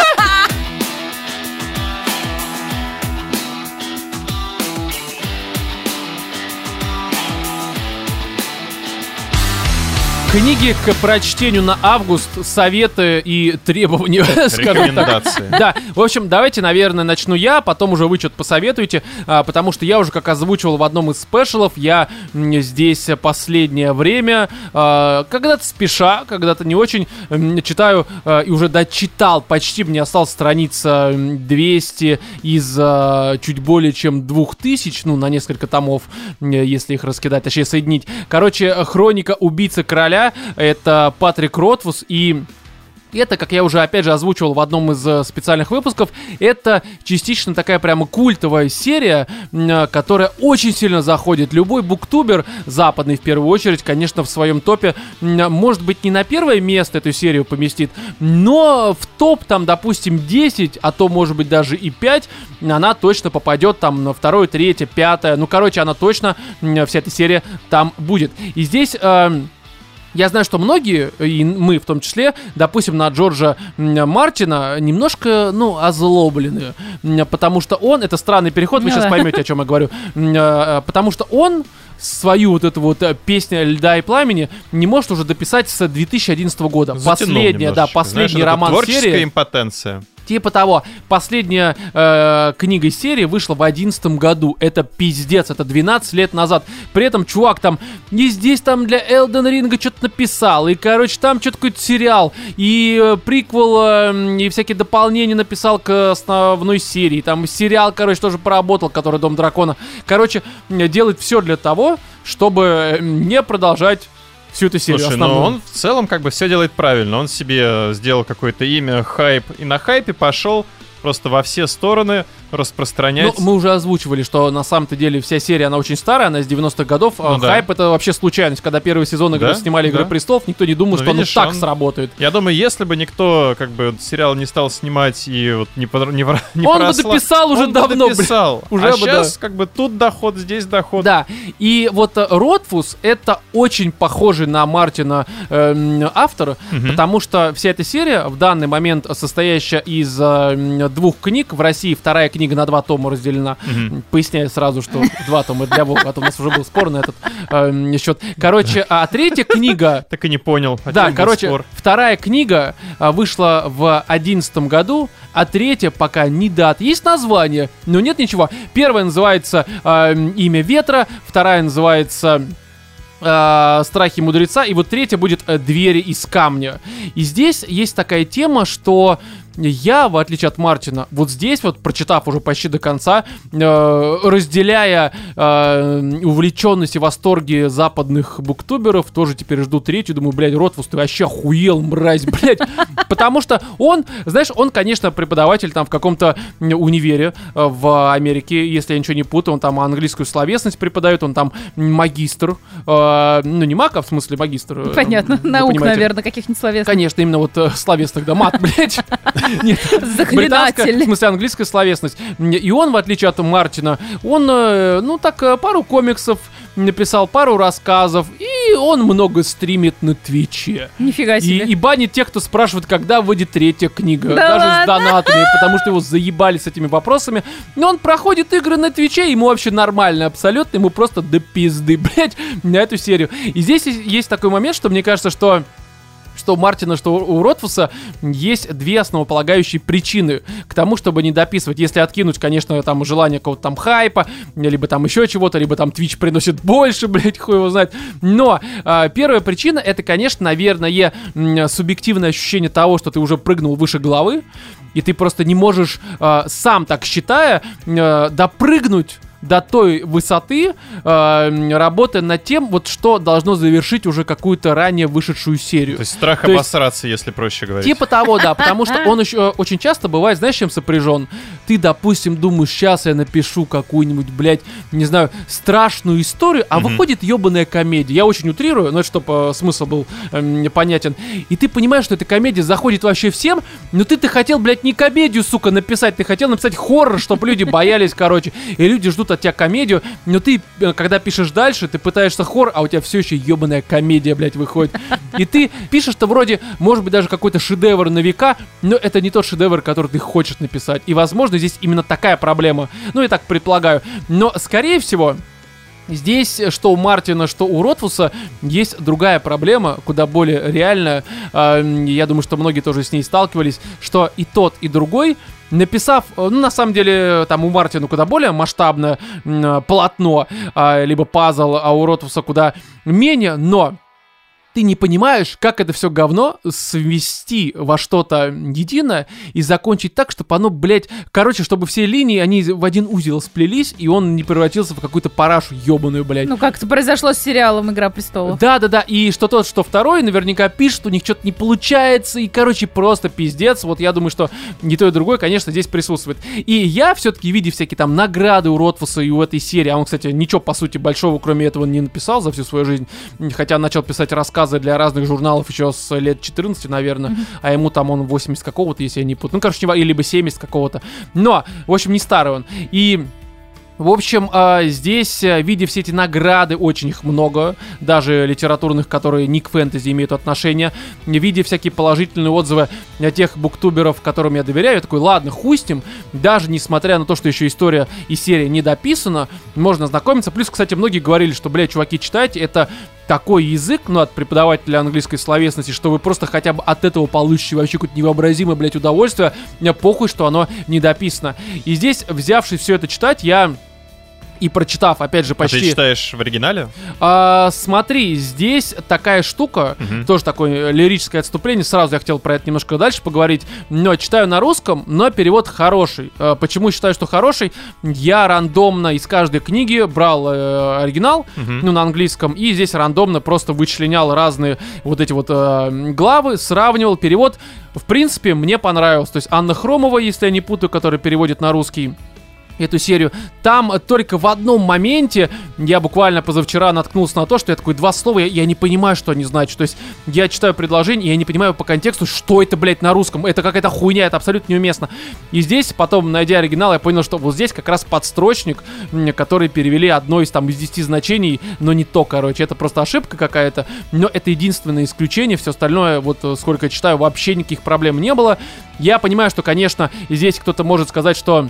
Книги к прочтению на август, советы и требования, скажем так. Да, в общем, давайте, наверное, начну я, потом уже вы что-то посоветуете, потому что я уже, как озвучивал в одном из спешалов, я здесь последнее время, когда-то спеша, когда-то не очень, читаю и уже дочитал, почти мне осталось страница 200 из чуть более чем 2000, ну, на несколько томов, если их раскидать, точнее, соединить. Короче, «Хроника убийцы короля». Это Патрик Ротфус и Это, как я уже, опять же, озвучивал в одном из специальных выпусков, это частично такая прямо культовая серия, которая очень сильно заходит. Любой буктубер, западный в первую очередь, конечно, в своем топе, может быть, не на первое место эту серию поместит, но в топ, там, допустим, 10, а то, может быть, даже и 5, она точно попадет там на второе, третье, пятое. Ну, короче, она точно, вся эта серия там будет. И здесь... Я знаю, что многие, и мы в том числе, допустим, на Джорджа Мартина немножко, озлоблены, потому что он, это странный переход, вы сейчас поймете, о чем я говорю, потому что он свою вот эту вот «Песня льда и пламени» не может уже дописать с 2011 года. Последний роман серии. Творческая импотенция. Типа того, последняя книга из серии вышла в 2011 году. Это пиздец, это 12 лет назад. При этом чувак там и здесь там для Элден Ринга что-то написал, и, короче, там что-то какой-то сериал, и приквел, и всякие дополнения написал к основной серии. Там сериал, короче, тоже поработал, который «Дом дракона». Короче, делает все для того, чтобы не продолжать всю эту серию. Слушай, но он в целом как бы все делает правильно. Он себе сделал какое-то имя, хайп, и на хайпе пошел просто во все стороны распространять. Ну, мы уже озвучивали, что на самом-то деле вся серия, она очень старая, она из 90-х годов. Хайп это вообще случайность. Когда первый сезон снимали «Игры престолов», никто не думал, что видишь, оно так сработает. Я думаю, если бы никто как бы сериал не стал снимать и вот не он бы дописал уже давно. Уже сейчас как бы тут доход, здесь доход. Да, и вот Ротфус это очень похожий на Мартина автор, потому что вся эта серия в данный момент состоящая из 2 книг, в России вторая книга на 2 тома разделена. Поясняю сразу, что 2 тома для Вова, а то у нас уже был спор на этот счет. Короче, а 3-я книга... Так и не понял. Да, короче, 2-я книга вышла в 2011 году, а 3-я пока не дата. Есть название, но нет ничего. 1-я называется «Имя ветра», 2-я называется... «Страхи мудреца», и вот 3-я будет «Двери из камня». И здесь есть такая тема, что я, в отличие от Мартина, вот здесь вот, прочитав уже почти до конца, разделяя увлеченность и восторги западных буктуберов, тоже теперь жду 3-ю, думаю, блядь, Ротфус, ты вообще охуел, мразь, блядь. Потому что он, знаешь, он, конечно, преподаватель там в каком-то универе в Америке, если я ничего не путаю, он там английскую словесность преподает, он там магистр, не маг, а в смысле магистр. Понятно, наук, наверное, каких-нибудь словесных. Конечно, именно вот словесных, да, мат, блядь. Нет, заклинатель. В смысле, английская словесность. И он, в отличие от Мартина, он, пару комиксов написал, пару рассказов, и он много стримит на Твиче. Нифига себе. И банит тех, кто спрашивает, когда выйдет 3-я книга. Да даже ладно? С донатами, потому что его заебали с этими вопросами. Но он проходит игры на Твиче, ему вообще нормально абсолютно, ему просто до пизды, блять, на эту серию. И здесь есть такой момент, что мне кажется, что у Мартина, что у Ротфуса есть 2 основополагающие причины к тому, чтобы не дописывать. Если откинуть, конечно, там желание какого-то там хайпа, либо там еще чего-то, либо там Twitch приносит больше, блять, хуй его знает. Но первая причина, это, конечно, наверное, субъективное ощущение того, что ты уже прыгнул выше головы, и ты просто не можешь, сам так считая, допрыгнуть до той высоты, работая над тем, вот что должно завершить уже какую-то ранее вышедшую серию. То есть страх обосраться, если проще говорить. Типа того, да, потому что он еще очень часто бывает, знаешь, чем сопряжен? Ты, допустим, думаешь, сейчас я напишу какую-нибудь, блядь, не знаю, страшную историю, а выходит ебаная комедия. Я очень утрирую, но это чтобы смысл был понятен. И ты понимаешь, что эта комедия заходит вообще всем, но ты хотел, блядь, не комедию, сука, написать, ты хотел написать хоррор, чтобы люди боялись, короче, и люди ждут от тебя комедию, но ты, когда пишешь дальше, ты пытаешься хоррор, а у тебя все еще ебаная комедия, блядь, выходит. И ты пишешь-то вроде, может быть, даже какой-то шедевр на века, но это не тот шедевр, который ты хочешь написать. И, возможно, здесь именно такая проблема. Ну, я так предполагаю. Но, скорее всего, здесь, что у Мартина, что у Ротфуса, есть другая проблема, куда более реальная. Я думаю, что многие тоже с ней сталкивались, что и тот, и другой, написав, на самом деле, там у Мартина куда более масштабное полотно, либо пазл, а у Ротфуса куда менее, но ты не понимаешь, как это все говно свести во что-то единое и закончить так, чтобы оно, блядь, чтобы все линии, они в один узел сплелись, и он не превратился в какую-то парашу ебаную, блядь. Ну, как это произошло с сериалом «Игра престолов». Да-да-да, и что тот, что второй наверняка пишет, у них что-то не получается, и, просто пиздец. Вот я думаю, что не то и другое, конечно, здесь присутствует. И я все-таки, видя всякие там награды у Ротфуса и у этой серии, а он, кстати, ничего, по сути, большого, кроме этого, не написал за всю свою жизнь, хотя начал писать рассказы для разных журналов еще с лет 14, наверное, а ему там он 80 какого-то, если я не путаю. Ну, короче, либо 70 какого-то. Но, в общем, не старый он. И... В общем, здесь, видя все эти награды, очень их много, даже литературных, которые не к фэнтези имеют отношение, видя всякие положительные отзывы тех буктуберов, которым я доверяю, я такой, ладно, хуй с ним, даже несмотря на то, что еще история и серия не дописана, можно ознакомиться. Плюс, кстати, многие говорили, что, блядь, чуваки, читайте, это такой язык, от преподавателя английской словесности, что вы просто хотя бы от этого получите вообще какое-то невообразимое, блядь, удовольствие. Мне похуй, что оно не дописано. И здесь, взявшись все это читать, я... И прочитав, опять же, почти... А ты читаешь в оригинале? Смотри, здесь такая штука, тоже такое лирическое отступление, сразу я хотел про это немножко дальше поговорить, но читаю на русском, но перевод хороший. Почему считаю, что хороший? Я рандомно из каждой книги брал оригинал, на английском, и здесь рандомно просто вычленял разные вот эти вот главы, сравнивал перевод. В принципе, мне понравилось. То есть Анна Хромова, если я не путаю, которая переводит на русский эту серию, там только в одном моменте я буквально позавчера наткнулся на то, что я такой, два слова, я не понимаю, что они значат. То есть я читаю предложение, и я не понимаю по контексту, что это, блядь, на русском. Это какая-то хуйня, это абсолютно неуместно. И здесь, потом, найдя оригинал, я понял, что вот здесь как раз подстрочник, который перевели одно из 10 значений, но не то, короче. Это просто ошибка какая-то, но это единственное исключение. Все остальное, вот сколько я читаю, вообще никаких проблем не было. Я понимаю, что, конечно, здесь кто-то может сказать, что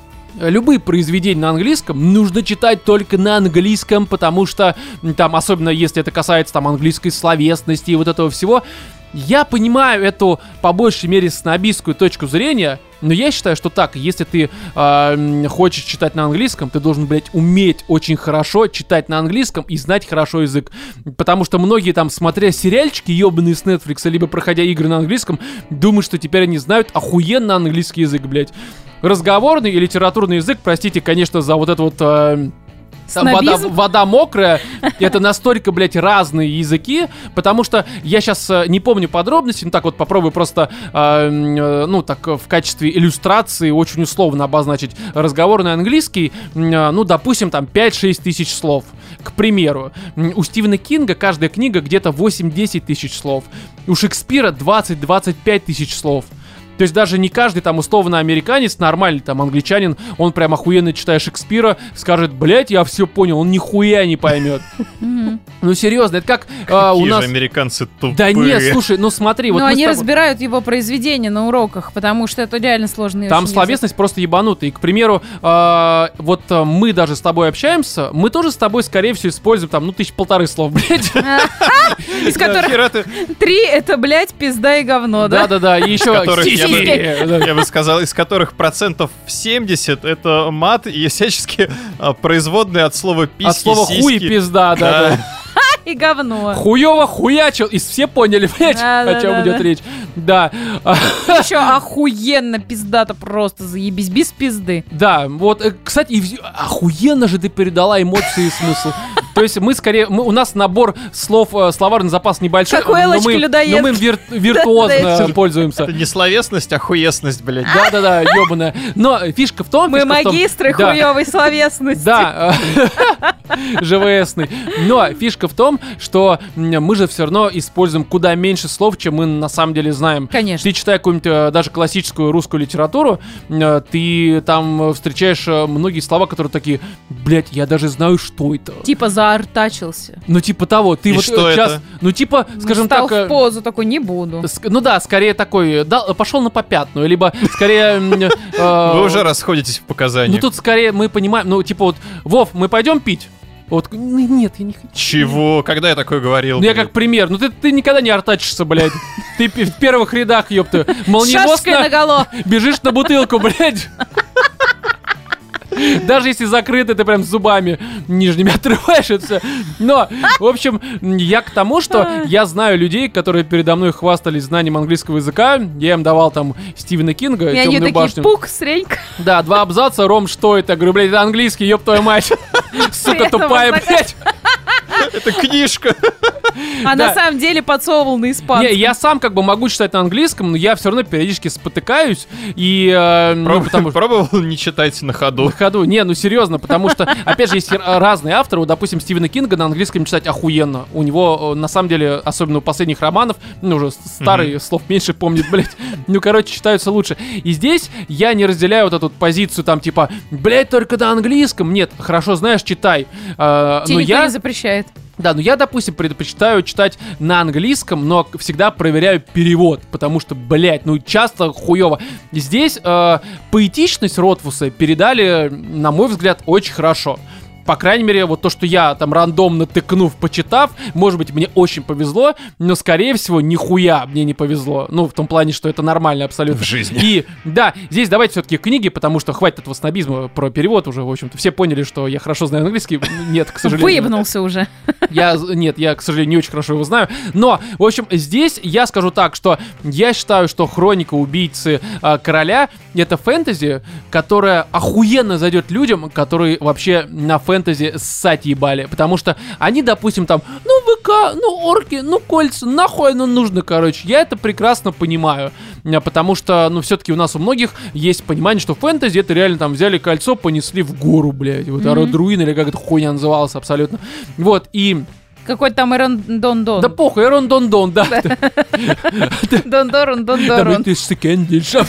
любые произведения на английском нужно читать только на английском, потому что там, особенно если это касается там английской словесности и вот этого всего, я понимаю эту, по большей мере, снобистскую точку зрения, но я считаю, что так, если ты хочешь читать на английском, ты должен, блядь, уметь очень хорошо читать на английском и знать хорошо язык. Потому что многие там, смотря сериальчики ебаные с Netflix, либо проходя игры на английском, думают, что теперь они знают охуенно английский язык, блядь. Разговорный и литературный язык, простите, конечно, за вот это вот... вода мокрая, это настолько, блядь, разные языки, потому что я сейчас не помню подробностей, так вот попробую просто, так в качестве иллюстрации очень условно обозначить. Разговорный английский, допустим, там 5-6 тысяч слов, к примеру. У Стивена Кинга каждая книга где-то 8-10 тысяч слов, у Шекспира 20-25 тысяч слов. То есть даже не каждый там условно американец, нормальный там англичанин, он прям охуенно, читая Шекспира, скажет, блять, я все понял, он нихуя не поймет. Ну серьезно, это как у нас... же американцы тупые. Да нет, слушай, смотри. Но они разбирают его произведения на уроках, потому что это реально сложный. Там словесность просто ебанутая. И, к примеру, вот мы даже с тобой общаемся, мы тоже с тобой, скорее всего, используем там, 1500 слов, блять. Из которых 3 это, блять, пизда и говно, да? Да-да-да, и еще... Я бы сказал, из которых 70% это мат и всячески производные от слова письки, от слова сиськи. хуй и пизда, да. И говно. Хуёво хуячил, и все поняли, блядь, о чем идет речь. Да. Еще охуенно пиздато просто, заебись, без пизды. Да, вот, кстати, охуенно же ты передала эмоции и смысл. То есть у нас набор слов, словарный запас небольшой, но мы виртуозно пользуемся. Это не словесность, а хуесность, блядь. Да-да-да, ёбаная. Но фишка в том... Мы магистры хуёвой словесности. Да, ЖВСный. Но фишка в том, что мы же все равно используем куда меньше слов, чем мы на самом деле знаем. Конечно. Ты читая какую-нибудь даже классическую русскую литературу, ты там встречаешь многие слова, которые такие, блядь, я даже знаю, что это. Типа заортачился. Ну типа того. Ты и вот что сейчас, это? Скажем так... в позу такой, не буду. Скорее такой, пошел на попятную, либо скорее... Вы уже расходитесь в показаниях. Тут скорее мы понимаем, Вов, мы пойдем пить? Вот, нет, я не хочу. Чего? Когда я такое говорил? Я как пример. Ты никогда не артачишься, блядь. Ты в первых рядах, ёпта. Молниеносно наголо. бежишь на бутылку, блядь. Даже если закрыто, ты прям зубами нижними отрываешь это все. Но, в общем, я к тому, что я знаю людей, которые передо мной хвастались знанием английского языка. Я им давал там Стивена Кинга, «Темную башню». И они такие, пук, сренька. Да, 2 абзаца, Ром, что это? Я говорю, блядь, это английский, ёб твою мать. Сука тупая, блядь. Это книжка. А на самом деле подсовывал на испанском. Я сам как бы могу читать на английском, но я все равно периодически спотыкаюсь. И, пробовал не читать на ходу? На ходу. Не, ну серьезно, потому что, опять же, есть разные авторы. Вот, допустим, Стивена Кинга на английском читать охуенно. У него, на самом деле, особенно у последних романов, ну, уже старый, слов меньше помнит, блядь. Ну, короче, читаются лучше. И здесь я не разделяю вот эту позицию, там, типа, блядь, только на английском. Нет, хорошо знаешь, читай. Тебе никто не запрещает. Да, ну я, допустим, предпочитаю читать на английском, но всегда проверяю перевод, потому что, блядь, ну часто хуёво. Здесь поэтичность Ротфуса передали, на мой взгляд, очень хорошо. По крайней мере, вот то, что я там рандомно тыкнув, почитав, может быть, мне очень повезло, но, скорее всего, нихуя мне не повезло. Ну, в том плане, что это нормально абсолютно. В жизни. И, да, здесь давайте все-таки книги, потому что хватит этого снобизма про перевод уже, в общем-то. Все поняли, что я хорошо знаю английский. Нет, к сожалению. Выебнулся уже. Нет, я, к сожалению, не очень хорошо его знаю. Но, в общем, здесь я скажу так, что я считаю, что «Хроника убийцы короля» — это фэнтези, которая охуенно зайдет людям, которые вообще на фэнтези ссать ебали. Потому что они, допустим, там, ну, ВК, ну, орки, ну, кольца, нахуй оно нужно, короче. Я это прекрасно понимаю. Потому что, ну, все-таки у нас у многих есть понимание, что фэнтези — это реально там взяли кольцо, понесли в гору, блядь. Вот Родруин, или как эта хуйня называлась абсолютно. Вот, и... Какой-то там Эрон Дон-Дон. Да похуй, Эрон Дон-Дон, да. Дон-Дорон, Дон-Дорон. Да ты секендиша.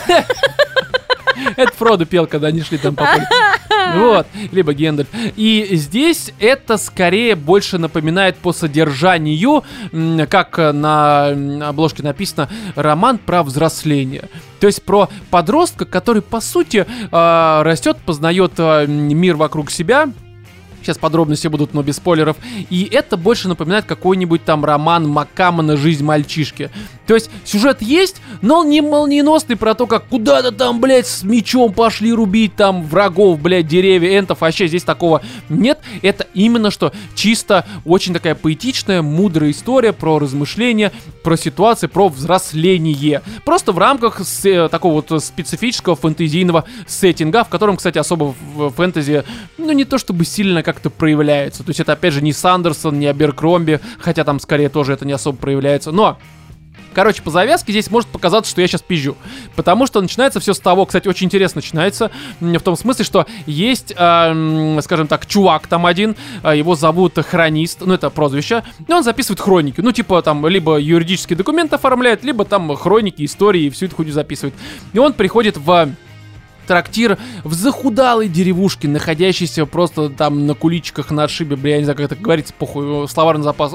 Это Фродо пел, когда они шли там по полю. Вот, либо Гендальф. И здесь это скорее больше напоминает по содержанию, как на обложке написано, роман про взросление. То есть про подростка, который, по сути, растет, познает мир вокруг себя. Сейчас подробности будут, но без спойлеров. И это больше напоминает какой-нибудь там роман Маккамона «Жизнь мальчишки». То есть сюжет есть, но он не молниеносный про то, как куда-то там, блядь, с мечом пошли рубить там врагов, блядь, деревья, энтов. Вообще здесь такого нет. Это именно что чисто очень такая поэтичная, мудрая история про размышления, про ситуации, про взросление. Просто в рамках такого вот специфического фэнтезийного сеттинга, в котором, кстати, особо в фэнтези, ну, не то чтобы сильно как-то проявляется. То есть это, опять же, не Сандерсон, не Аберкромби, хотя там скорее тоже это не особо проявляется. Но, короче, по завязке здесь может показаться, что я сейчас пизжу. Потому что начинается все с того, кстати, очень интересно начинается, в том смысле, что есть, скажем так, чувак там один, его зовут Хронист, ну это прозвище, и он записывает хроники. Ну типа там либо юридические документы оформляет, либо там хроники, истории и всю эту хуйню записывает. И он приходит в трактир в захудалой деревушке, находящейся просто там на куличиках на отшибе, бля, я не знаю, как это говорится, похуй, словарный запас.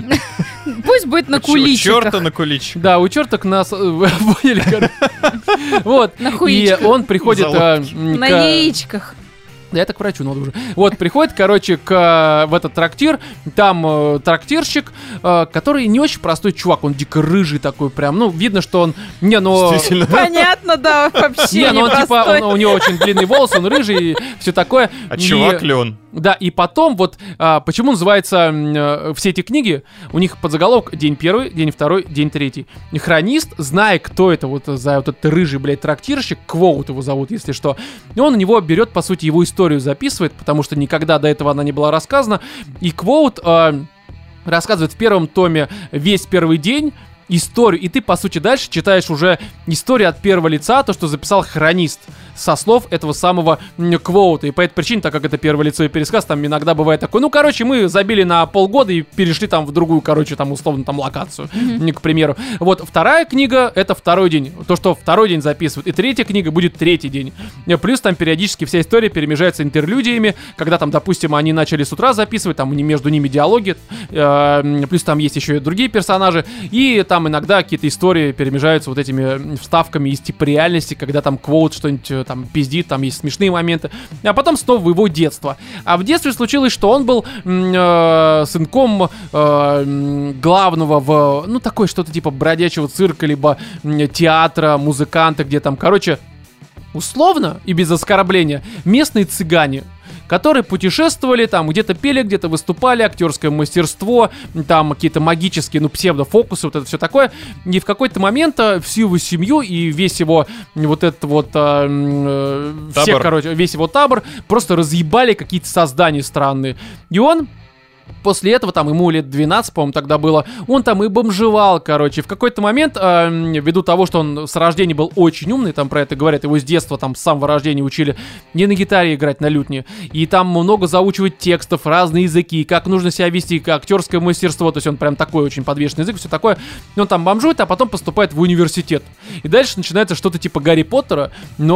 Пусть будет на куличиках. У черта на куличиках. Да, у черток нас... Поняли, короче. Вот. На хуичках. И он приходит... На яичках. Да, я так к врачу надо уже. Вот, приходит, короче, в этот трактир. Там трактирщик, который не очень простой чувак. Он дико рыжий такой прям. Ну, видно, что он... Не, ну... Понятно, да, вообще не, ну он типа... У него очень длинный волос, он рыжий и все такое. А чувак ли он? Да, и потом вот, почему называются все эти книги, у них подзаголовок день первый, день второй, день третий. И Хронист, зная, кто это вот за вот этот рыжий, блядь, трактирщик, Квоут его зовут, если что, и он у него берет, по сути, его историю записывает, потому что никогда до этого она не была рассказана, и Квоут рассказывает в первом томе весь первый день, историю, и ты, по сути, дальше читаешь уже историю от первого лица, то, что записал Хронист, со слов этого самого Квоута. И по этой причине, так как это перволицевой пересказ, там иногда бывает такой, ну, короче, мы забили на полгода и перешли там в другую, короче, там, условно, там, локацию, к примеру. Вот, вторая книга — это второй день, то, что второй день записывают, и третья книга будет третий день. Плюс там периодически вся история перемежается интерлюдиями, когда там, допустим, они начали с утра записывать, там между ними диалоги, плюс там есть еще и другие персонажи, и там иногда какие-то истории перемежаются вот этими вставками из типа реальности, когда там Квоут что-нибудь там пиздит, там есть смешные моменты, а потом снова в его детство. А в детстве случилось, что он был сынком главного в, ну, такой что-то типа бродячего цирка, либо театра, музыканта, где там, короче, условно и без оскорбления, местные цыгане, которые путешествовали, там где-то пели, где-то выступали, актерское мастерство, там какие-то магические, псевдофокусы, вот это все такое. И в какой-то момент всю его семью и весь его вот этот вот весь его табор просто разъебали какие-то создания странные. И он после этого, там, ему лет 12, по-моему, тогда было, он там и бомжевал, короче. В какой-то момент, ввиду того, что он с рождения был очень умный, там про это говорят, его с детства, там, с самого рождения учили не на гитаре играть, на лютне. И там много заучивать текстов, разные языки, как нужно себя вести, как актерское мастерство. То есть он прям такой очень подвешенный язык, все такое. И он там бомжует, а потом поступает в университет. И дальше начинается что-то типа Гарри Поттера,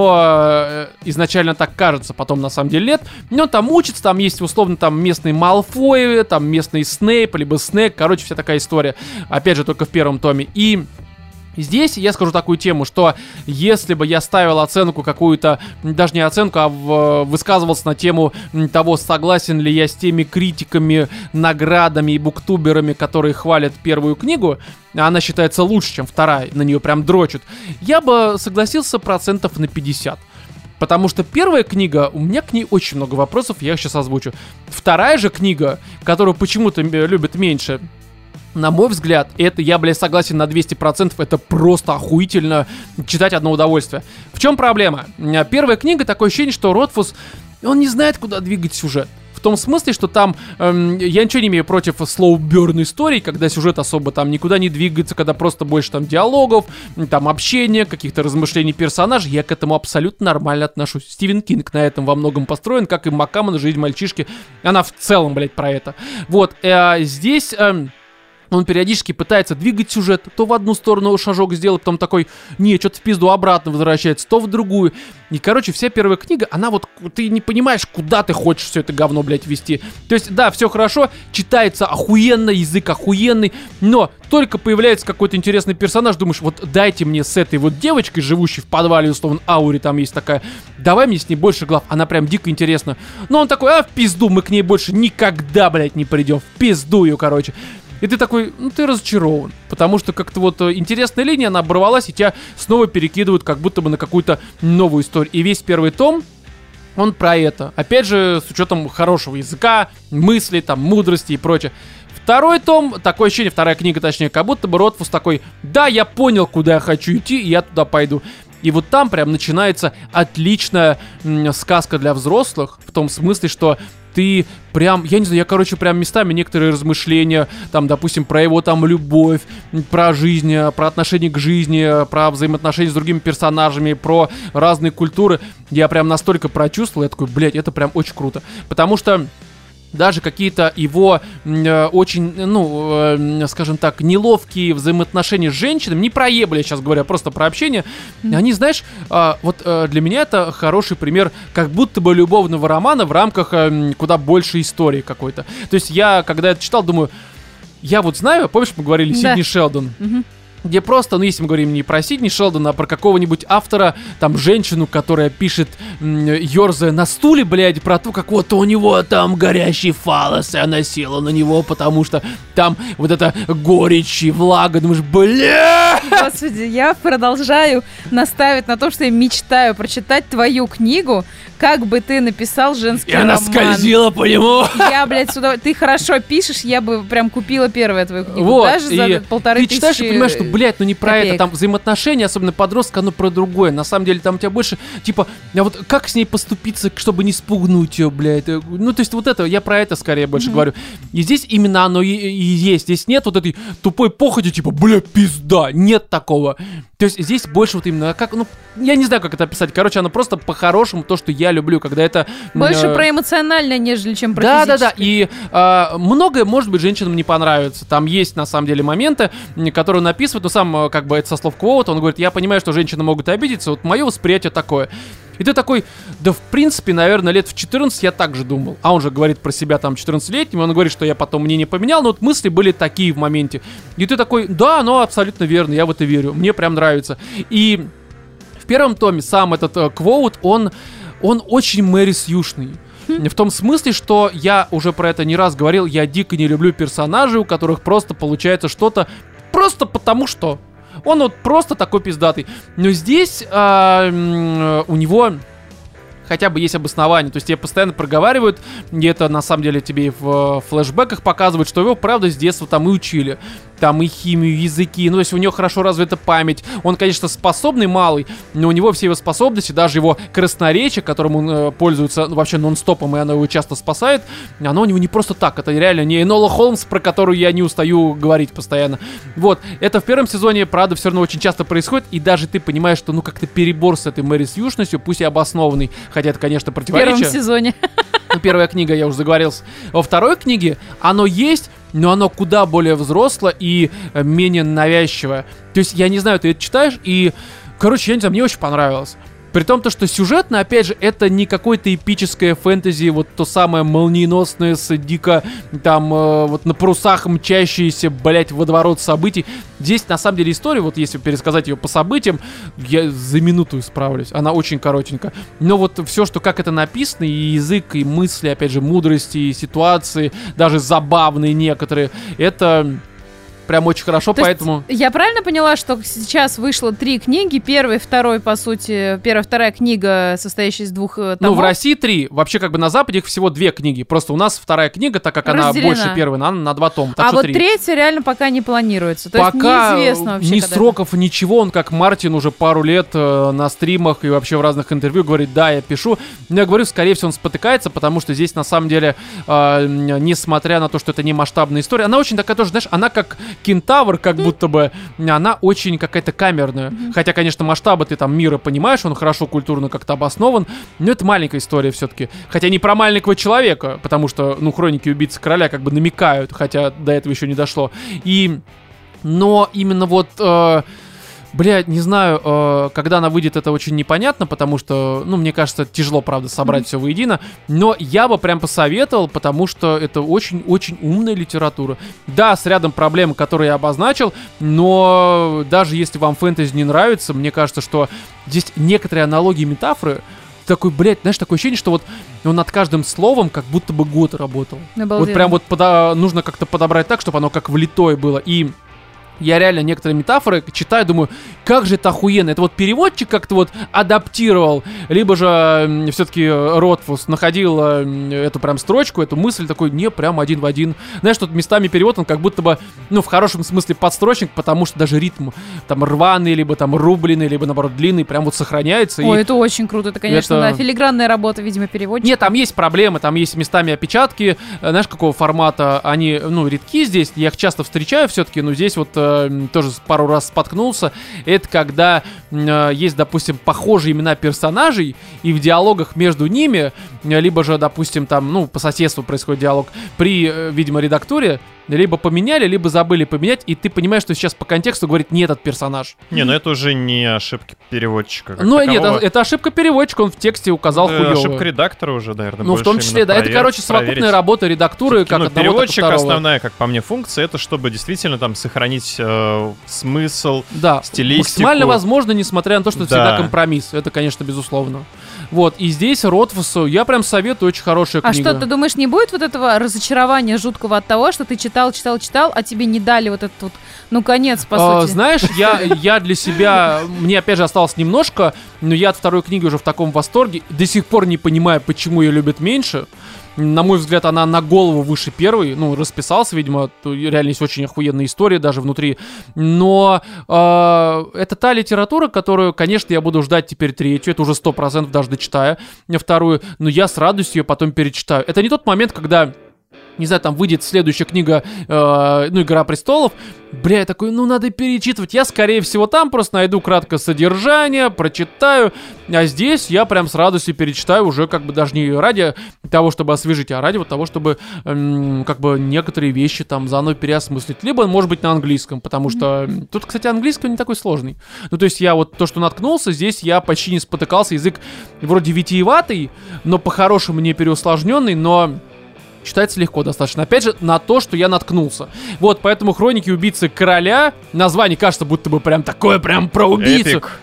но изначально так кажется, потом на самом деле нет. И он там учится, там есть условно там местные Малфои, там местный Снейп, либо Снэк, короче, вся такая история. Опять же, только в первом томе. И здесь я скажу такую тему, что если бы я ставил оценку какую-то, даже не оценку, а высказывался на тему того, согласен ли я с теми критиками, наградами и буктуберами, которые хвалят первую книгу, она считается лучше, чем вторая, на нее прям дрочат, я бы согласился процентов на 50. Потому что первая книга, у меня к ней очень много вопросов, я их сейчас озвучу. Вторая же книга, которую почему-то любят меньше, на мой взгляд, это, я, согласен на 200%, это просто охуительно читать, одно удовольствие. В чем проблема? Первая книга, такое ощущение, что Ротфус, он не знает, куда двигать сюжет. В том смысле, что там я ничего не имею против слоу-берн историй, когда сюжет особо там никуда не двигается, когда просто больше там диалогов, там общения, каких-то размышлений персонажей. Я к этому абсолютно нормально отношусь. Стивен Кинг на этом во многом построен, как и Маккамон, «Жизнь мальчишки». Она в целом, про это. Вот, здесь... Он периодически пытается двигать сюжет, то в одну сторону шажок сделать, потом такой, не, что-то в пизду обратно возвращается, то в другую. И, короче, вся первая книга, она вот, ты не понимаешь, куда ты хочешь все это говно, вести. То есть, да, все хорошо, читается охуенно, язык охуенный, но только появляется какой-то интересный персонаж, думаешь, вот дайте мне с этой вот девочкой, живущей в подвале, условно, Аури там есть такая, давай мне с ней больше глав, она прям дико интересна. Но он такой, в пизду, мы к ней больше никогда, не придем, в пизду ее, короче. И ты такой, ты разочарован. Потому что как-то вот интересная линия, она оборвалась, и тебя снова перекидывают как будто бы на какую-то новую историю. И весь первый том, он про это. Опять же, с учетом хорошего языка, мыслей, там, мудрости и прочее. Второй том, такое ощущение, вторая книга, точнее, как будто бы Ротфус такой, да, я понял, куда я хочу идти, и я туда пойду. И вот там прям начинается отличная сказка для взрослых, в том смысле, что ты прям, я не знаю, прям местами некоторые размышления, там, допустим, про его там любовь, про жизнь, про отношение к жизни, про взаимоотношения с другими персонажами, про разные культуры, я прям настолько прочувствовал, я такой, это прям очень круто, потому что даже какие-то его очень, скажем так, неловкие взаимоотношения с женщинами, не про ебли, я сейчас говорю, а просто про общение, они, знаешь, для меня это хороший пример как будто бы любовного романа в рамках куда больше истории какой-то. То есть я, когда это читал, думаю, я вот знаю, помнишь, мы говорили, Сидни Шелдон? Где просто, если мы говорим не про Сидни Шелдона, а про какого-нибудь автора, там, женщину, которая пишет, ерзая на стуле, про то, как вот у него там горящий фаллос, и она села на него, потому что там вот это горечь и влага, думаешь, Господи, я продолжаю настаивать на том, что я мечтаю прочитать твою книгу, как бы ты написал женский роман. И она скользила по нему. Я, сюда... Ты хорошо пишешь, я бы прям купила первую твою книгу. Вот, даже за 1500. Ты читаешь и понимаешь, что, не про копеек. это, там взаимоотношения, особенно подростка, оно про другое. На самом деле, там у тебя больше, а вот как с ней поступиться, чтобы не спугнуть ее, то есть вот это, я про это скорее больше говорю. И здесь именно оно и есть. Здесь нет вот этой тупой похоти, пизда, нет такого. То есть здесь больше вот именно, как, я не знаю, как это описать. Короче, оно просто по-хорошему то, что я люблю, когда это... Больше про эмоциональное, нежели чем про физическое. Да. И многое, может быть, женщинам не понравится. Там есть, на самом деле, моменты, которые он описывает, но сам, это со слов Квоута, он говорит, я понимаю, что женщины могут обидеться, вот мое восприятие такое. И ты такой, да в принципе, наверное, лет в 14 я так же думал. А он же говорит про себя там 14-летним, он говорит, что я потом мнение поменял, но вот мысли были такие в моменте. И ты такой, да, абсолютно верно, я в это верю, мне прям нравится. И в первом томе сам этот Квоут, он очень Мэри Сьюшный. В том смысле, что я уже про это не раз говорил, я дико не люблю персонажей, у которых просто получается что-то просто потому что. Он вот просто такой пиздатый. Но здесь у него хотя бы есть обоснование. То есть тебе постоянно проговаривают, и это на самом деле тебе и в флешбеках показывают, что его, правда, с детства там и учили. Там и химию, языки, ну, то есть у него хорошо развита память. Он, конечно, способный малый, но у него все его способности, даже его красноречие, которым он пользуется вообще нон-стопом, и оно его часто спасает, оно у него не просто так. Это реально не Энола Холмс, про которую я не устаю говорить постоянно. Вот, это в первом сезоне, правда, все равно очень часто происходит, и даже ты понимаешь, что, ну, как-то перебор с этой Мэри Сьюшностью, пусть и обоснованный, хотя это, конечно, противоречие. В первом сезоне. Ну, первая книга, я уже заговорился. Во второй книге оно есть, но оно куда более взрослое и менее навязчивое. То есть, я не знаю, ты это читаешь, и, короче, я не знаю, мне очень понравилось. При том, что сюжетно, опять же, это не какое-то эпическое фэнтези, вот то самое молниеносное, с дико там вот на парусах мчащиеся, блять, водоворот событий. Здесь, на самом деле, история, вот если пересказать ее по событиям, я за минуту исправлюсь. Она очень коротенькая. Но вот все, что как это написано, и язык, и мысли, опять же, мудрости, и ситуации, даже забавные некоторые, это... Прям очень хорошо, то поэтому... Я правильно поняла, что сейчас вышло 3 книги, первая и второй, по сути, первая, вторая книга, состоящая из 2 томов? Ну, в России 3, вообще как бы на Западе их всего 2 книги, просто у нас вторая книга, так как она больше первой, на 2 тома, так что вот 3. Третья реально пока не планируется, то пока есть неизвестно вообще, ни сроков, ничего, он как Мартин уже пару лет на стримах и вообще в разных интервью говорит, да, я пишу, но я говорю, скорее всего, он спотыкается, потому что здесь на самом деле, несмотря на то, что это не масштабная история, она очень такая тоже, знаешь, она как Кентавр, как будто бы, она очень какая-то камерная. Хотя, конечно, масштабы ты там мира понимаешь, он хорошо культурно как-то обоснован, но это маленькая история все-таки. Хотя не про маленького человека, потому что, ну, хроники убийцы короля как бы намекают, хотя до этого еще не дошло. Но именно вот... Бля, не знаю, когда она выйдет, это очень непонятно, потому что, ну, мне кажется, тяжело, правда, собрать все воедино. Но я бы прям посоветовал, потому что это очень-очень умная литература. Да, с рядом проблем, которые я обозначил, но даже если вам фэнтези не нравится, мне кажется, что здесь некоторые аналогии, метафоры, такой, блядь, знаешь, такое ощущение, что вот он над каждым словом как будто бы год работал. Обалденно. Вот прям вот нужно как-то подобрать так, чтобы оно как влитое было. И я реально некоторые метафоры читаю, думаю, как же это охуенно. Это вот переводчик как-то вот адаптировал, либо же все-таки Ротфус находил эту прям строчку, эту мысль такой, не, прям один в один. Знаешь, тут местами перевод, он как будто бы, ну, в хорошем смысле подстрочник, потому что даже ритм там рваный, либо там рубленый, либо, наоборот, длинный, прям вот сохраняется. Ой, это очень круто. Это, конечно, да, филигранная работа, видимо, переводчика. Нет, там есть проблемы, там есть местами опечатки, знаешь, какого формата, они, ну, редки здесь, я их часто встречаю все-таки, но здесь вот тоже пару раз споткнулся. Это когда есть, допустим, похожие имена персонажей, и в диалогах между ними, либо же, допустим, там, ну, по соседству происходит диалог, при, видимо, редактуре, либо поменяли, либо забыли поменять, и ты понимаешь, что сейчас по контексту говорит не этот персонаж. Не, ну это уже не ошибки переводчика. Ну нет, это ошибка переводчика, он в тексте указал хуёво. Ошибка редактора уже, наверное, ну в том числе, да, это, короче, совокупная работа редактуры, как одного, переводчик, основная, как по мне, функция, это чтобы действительно там сохранить смысл, да, стилистику. Максимально возможно, несмотря на то, что это всегда компромисс, это, конечно, безусловно. Вот, и здесь Ротфусу я прям советую, очень хорошая книга. А что, ты думаешь, не будет вот этого разочарования жуткого от того, что ты читал, а тебе не дали вот этот вот, ну, конец, по сути? Знаешь, я для себя, мне опять же осталось немножко, но я от второй книги уже в таком восторге, до сих пор не понимаю, почему ее любят меньше. На мой взгляд, она на голову выше первой. Ну, расписался, видимо. Реально есть очень охуенная история даже внутри. Но это та литература, которую, конечно, я буду ждать теперь третью. Это уже 100%, даже дочитая вторую. Но я с радостью ее потом перечитаю. Это не тот момент, когда... Не знаю, там выйдет следующая книга, ну, «Игра престолов». Бля, я такой, ну, надо перечитывать. Я, скорее всего, там просто найду краткое содержание, прочитаю. А здесь я прям с радостью перечитаю уже как бы даже не ради того, чтобы освежить, а ради вот того, чтобы как бы некоторые вещи там заново переосмыслить. Либо, может быть, на английском, потому что тут, кстати, английский не такой сложный. Ну, то есть я вот то, что наткнулся, здесь я почти не спотыкался. Язык вроде витиеватый, но по-хорошему не переусложненный, но... Читается легко достаточно. Опять же, на то, что я наткнулся. Вот, поэтому «Хроники убийцы короля». Название кажется, будто бы прям такое, прям про убийцу. Эпик.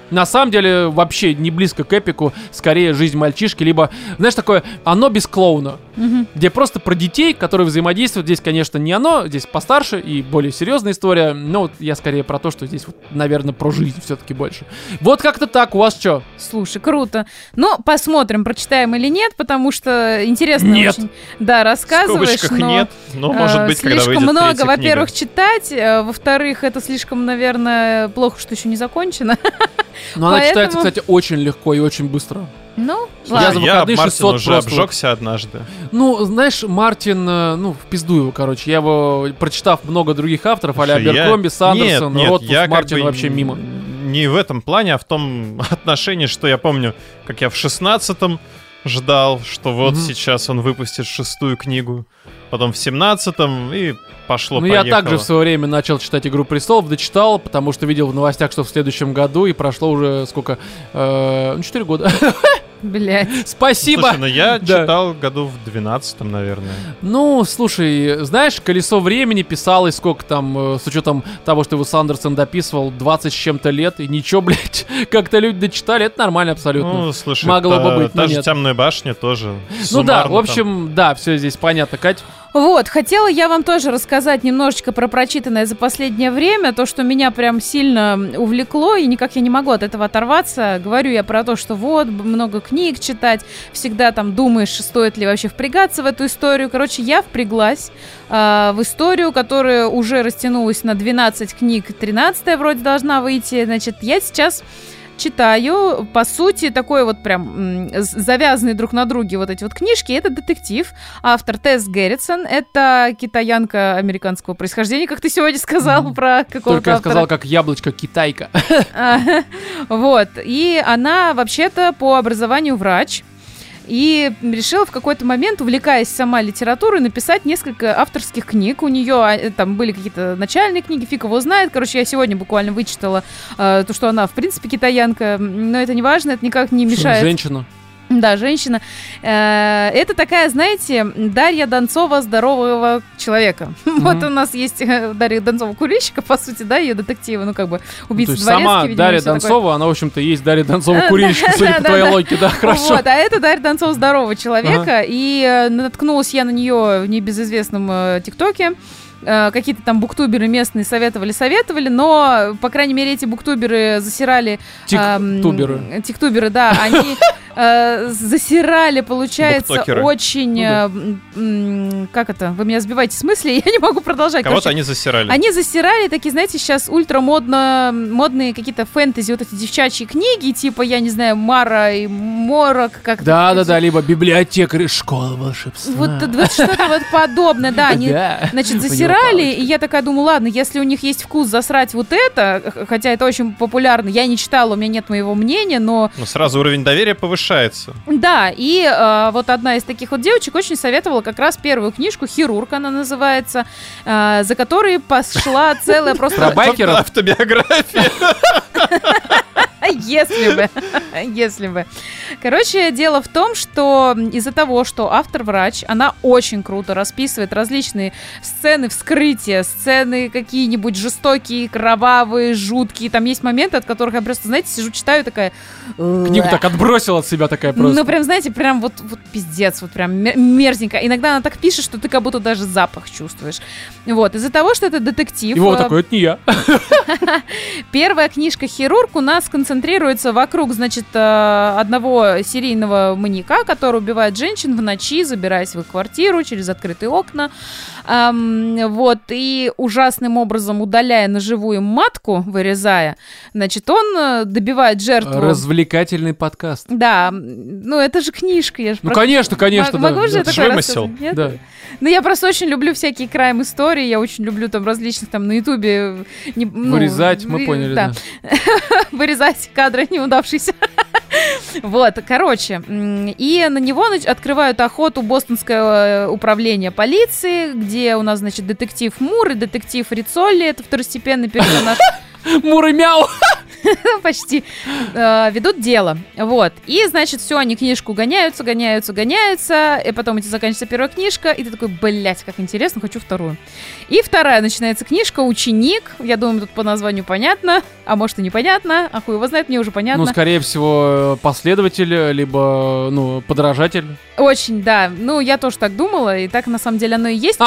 на самом деле вообще не близко к эпику, скорее «Жизнь мальчишки», либо, знаешь, такое «Оно без клоуна», где просто про детей, которые взаимодействуют. Здесь, конечно, не оно, здесь постарше и более серьезная история, но вот я скорее про то, что здесь, вот, наверное, про жизнь все-таки больше. Вот как-то так, у вас что? Слушай, круто. Ну, посмотрим, прочитаем или нет, потому что интересно очень. Да, рассказываешь, в скобочках но нет, но может быть, когда выйдет слишком много, третья во-первых, книга. читать, во-вторых, это слишком, наверное, плохо, что еще не закончено. Но она читается, кстати, очень легко и очень быстро. Ну, я за выходные 600 уже просто обжегся однажды. Ну, знаешь, Мартин, ну, в пизду его, короче. Я его, прочитав много других авторов, а-ля Аберкромби, Сандерсон, Ротфус, Мартин вообще мимо. Не в этом плане, а в том отношении, что я помню, как я в 16-м ждал, что вот сейчас он выпустит 6-ю книгу, потом в 17-м и пошло-поехало. Ну, я также в свое время начал читать «Игру престолов», дочитал, потому что видел в новостях, что в следующем году, и прошло уже сколько? 4 года. Блять. Спасибо! Слушай, ну я читал году в 12-м, наверное. Ну, слушай, знаешь, «Колесо времени» писалось сколько там, с учетом того, что его Сандерсон дописывал, 20 с чем-то лет, и ничего, блядь, как-то люди дочитали, это нормально абсолютно. Ну, слушай, могло бы быть, но та же нет. «Темная башня» тоже. Ну да, в общем, да, все здесь понятно, Кать. Вот, хотела я вам тоже рассказать немножечко про прочитанное за последнее время, то, что меня прям сильно увлекло, и никак я не могу от этого оторваться. Говорю я про то, что вот, много книг читать, всегда там думаешь, стоит ли вообще впрягаться в эту историю. Короче, я впряглась в историю, которая уже растянулась на 12 книг, 13-я вроде должна выйти. Значит, я сейчас читаю, по сути, такой вот прям завязанные друг на друге вот эти вот книжки. Это детектив. Автор Тесс Герритсон. Это китаянка американского происхождения, как ты сегодня сказал про какого-то Только я автора. сказал, как яблочко, китайка. Вот. И она вообще-то по образованию врач. И решила в какой-то момент, увлекаясь сама литературой, написать несколько авторских книг. У нее там были какие-то начальные книги, фиг его знает. Короче, я сегодня буквально вычитала то, что она, в принципе, китаянка. Но это не важно, это никак не мешает. Женщина. Да, женщина. Это такая, знаете, Дарья Донцова здорового человека. Вот у нас есть Дарья Донцова курильщика, по сути, да, ее детективы, ну, как бы, убийца Дворецкий. Сама Дарья Донцова, она, в общем-то, есть Дарья Донцова курильщика, судя по твоей логике, да, хорошо. Вот, а это Дарья Донцова здорового человека, и наткнулась я на нее в небезызвестном ТикТоке. Какие-то там буктуберы местные советовали, но, по крайней мере, эти буктуберы засирали... Тиктуберы, да, они засирали, получается, буктокеры. Очень... Как это? Вы меня сбиваете с мысли, я не могу продолжать. Кого-то Короче, они засирали. Они засирали такие, знаете, сейчас ультрамодные какие-то фэнтези, вот эти девчачьи книги, типа, я не знаю, Мара и Морок, как... Да, либо библиотекарь, школа волшебства. Вот что-то вот подобное, да, они, значит, засирали, и я такая думаю, ладно, если у них есть вкус засрать вот это, хотя это очень популярно, я не читала, у меня нет моего мнения, но... Ну, сразу уровень доверия повышается. Да, и вот одна из таких вот девочек очень советовала как раз первую книжку, «Хирург» она называется, за которой пошла целая просто... Автобиография. Если бы. Короче, дело в том, что из-за того, что автор врач, она очень круто расписывает различные сцены вскрытия, сцены какие-нибудь жестокие, кровавые, жуткие. Там есть моменты, от которых я просто, знаете, сижу, читаю, такая... Книгу так отбросила от себя такая просто. Ну, прям, знаете, прям вот пиздец, вот прям мерзенько. Иногда она так пишет, что ты как будто даже запах чувствуешь. Вот, из-за того, что это детектив... И вот такой, это не я. Первая книжка «Хирург» у нас концентрируется вокруг, значит, одного серийного маньяка, который убивает женщин в ночи, забираясь в их квартиру через открытые окна. Вот, и ужасным образом удаляя ножевую матку, вырезая, значит, он добивает жертву. Развлекательный подкаст. Да, ну это же книжка, я же... Ну, конечно, Могу же такое вымысел. рассказать? Да. Ну, я просто очень люблю всякие крайм-истории, я очень люблю там различных там на Ютубе... Вырезать, мы поняли, да. Вырезать кадры неудавшиеся. Вот, короче, и на него открывают охоту Бостонское управление полиции, где у нас, значит, детектив Мур и детектив Рицолли, это второстепенный персонаж. Мур и Мяу! почти, ведут дело. Вот. И, значит, все, они книжку гоняются, и потом у тебя заканчивается первая книжка, и ты такой, блять, как интересно, хочу вторую. И вторая начинается книжка «Ученик». Я думаю, тут по названию понятно, а может и непонятно, а хуй его знает, мне уже понятно. Ну, скорее всего, последователь, либо, ну, подражатель. Очень, да. Ну, я тоже так думала, и так, на самом деле, оно и есть.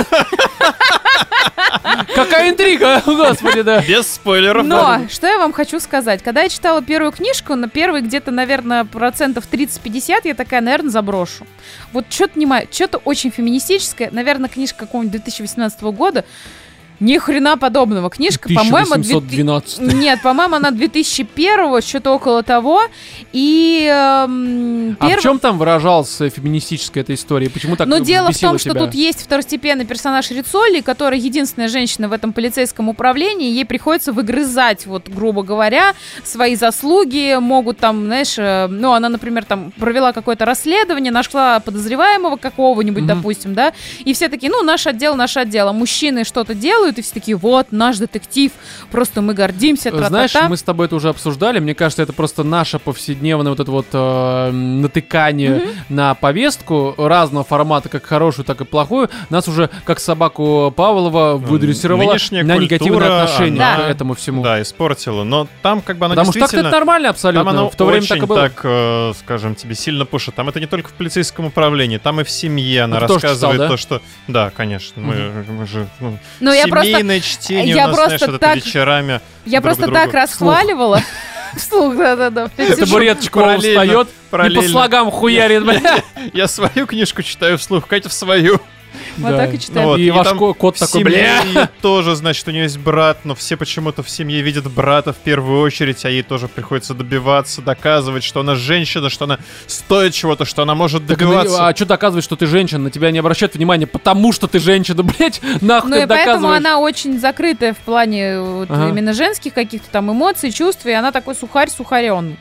Какая интрига, господи, да. Без спойлеров. Но, что я вам хочу сказать. Когда я читала первую книжку, на первые где-то, наверное, 30-50%, я такая, наверное, заброшу. Вот что-то очень феминистическое. Наверное, книжка какого-нибудь 2018 года. Ни хрена подобного. Книжка, по-моему... 1812. Нет, по-моему, она 2001, что-то около того. И... А в чем там выражалась феминистическая эта история? Почему так бесило тебя? Но дело в том, что тут есть второстепенный персонаж Рицолли, которая единственная женщина в этом полицейском управлении. Ей приходится выгрызать, вот, грубо говоря, свои заслуги. Могут там, знаешь... Ну, она, например, там провела какое-то расследование, нашла подозреваемого какого-нибудь, допустим, да? И все такие, ну, наш отдел. А мужчины что-то делают, и все такие, вот, наш детектив, просто мы гордимся, тра-та-та. Знаешь, мы с тобой это уже обсуждали, мне кажется, это просто наше повседневное вот это вот натыкание на повестку разного формата, как хорошую, так и плохую, нас уже, как собаку Павлова, выдрессировала на негативное отношение к этому всему. Да, испортила, но там как бы она потому действительно... Потому что так это нормально абсолютно, там в то время так и было. Так, скажем, тебе сильно пушит. Там это не только в полицейском управлении, там и в семье она рассказывает читал, то, что... Да, конечно, мы же... Но семейное чтение у нас, знаешь, вот это вечерами. Я просто так расхваливала. Вслух, да-да-да. Табуреточка встает и по слогам хуярит, бля. Я свою книжку читаю вслух, Катя в свою. Вот так и читаю. Вот, и ваш кот такой, бля. Тоже, значит, у нее есть брат, но все почему-то в семье видят брата в первую очередь, а ей тоже приходится добиваться, доказывать, что она женщина, что она стоит чего-то, что она может добиваться. А что доказывать, что ты женщина? На тебя не обращают внимания, потому что ты женщина, блять, нахуй ты доказываешь. Ну и поэтому она очень закрытая в плане вот именно женских каких-то там эмоций, чувств, и она такой сухарь-сухарен.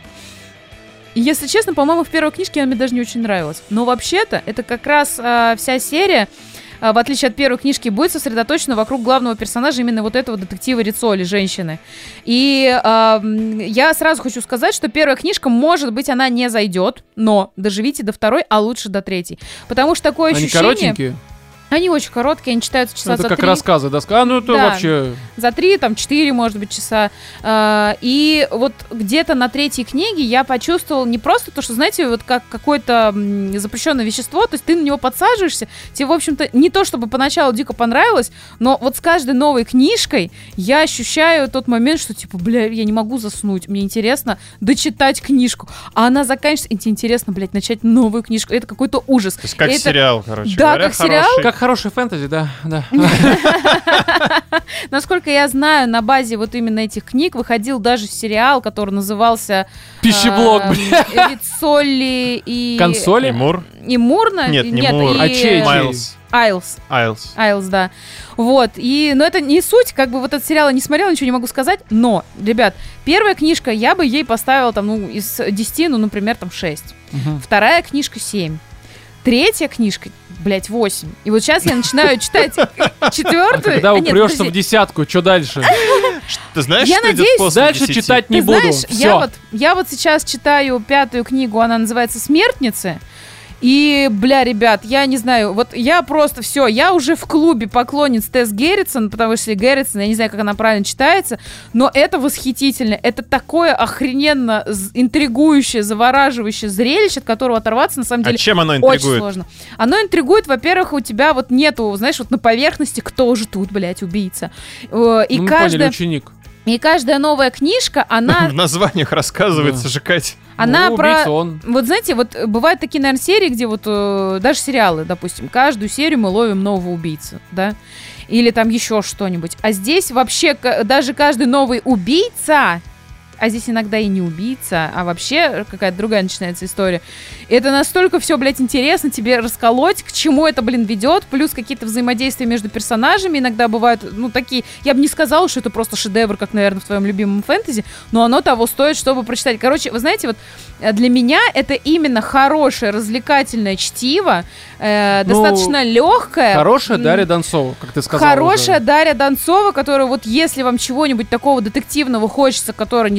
И, если честно, по-моему, в первой книжке она мне даже не очень нравилась. Но вообще-то это как раз вся серия, в отличие от первой книжки, будет сосредоточена вокруг главного персонажа, именно вот этого детектива Рицолли, женщины. И я сразу хочу сказать, что первая книжка, может быть, она не зайдет, но доживите до второй, а лучше до третьей. Потому что такое ощущение... Они коротенькие? Они очень короткие, они читаются часа за 3. Это как рассказы, да? Ну, это вообще... За 3, там, 4, может быть, часа. И вот где-то на третьей книге я почувствовала не просто то, что, знаете, вот как какое-то запрещенное вещество, то есть ты на него подсаживаешься, тебе, в общем-то, не то чтобы поначалу дико понравилось, но вот с каждой новой книжкой я ощущаю тот момент, что, типа, бля, я не могу заснуть, мне интересно дочитать книжку. А она заканчивается, и тебе интересно, блядь, начать новую книжку. Это какой-то ужас. То есть как сериал, короче да, говоря, как сериал. Как хороший фэнтези, да. Насколько я знаю, на базе вот именно этих книг выходил даже сериал, который назывался «Пищеблок», Рицолли и... Консоли? И Мур? И Мур? Нет, не Мур. А чей? Айлс, да. Вот, но это не суть, как бы вот этот сериал я не смотрела, ничего не могу сказать, но, ребят, первая книжка, я бы ей поставила там, ну, из 10, ну, например, там 6. Вторая книжка 7. Третья книжка, блять, 8. И вот сейчас я начинаю читать четвертую. А когда упрешься в десятку, что дальше? Ты знаешь, что идет после дальше 10? Читать не буду. Знаешь, я вот сейчас читаю 5-ю книгу, она называется «Смертницы». И, бля, ребят, я не знаю, вот я просто все, я уже в клубе поклонниц Тесс Герритсон, потому что Герритсон, я не знаю, как она правильно читается, но это восхитительно, это такое охрененно интригующее, завораживающее зрелище, от которого оторваться, на самом деле, чем оно интригует? Очень сложно. Оно интригует, во-первых, у тебя вот нету, знаешь, вот на поверхности, кто же тут, блядь, убийца. И мы поняли, ученик. И каждая новая книжка, она... В названиях рассказывается же, Кать. Она про... Вот знаете, вот бывают такие, наверное, серии, где вот даже сериалы, допустим, каждую серию мы ловим нового убийцу, да? Или там еще что-нибудь. А здесь вообще даже каждый новый убийца... А здесь иногда и не убийца, а вообще какая-то другая начинается история. Это настолько все, блядь, интересно тебе расколоть, к чему это, блин, ведет, плюс какие-то взаимодействия между персонажами иногда бывают, ну, такие... Я бы не сказала, что это просто шедевр, как, наверное, в твоем любимом фэнтези, но оно того стоит, чтобы прочитать. Короче, вы знаете, вот для меня это именно хорошее, развлекательное чтиво, достаточно легкое. Хорошая Дарья Донцова, как ты сказала. Хорошая Дарья Донцова, которая вот если вам чего-нибудь такого детективного хочется, которая, не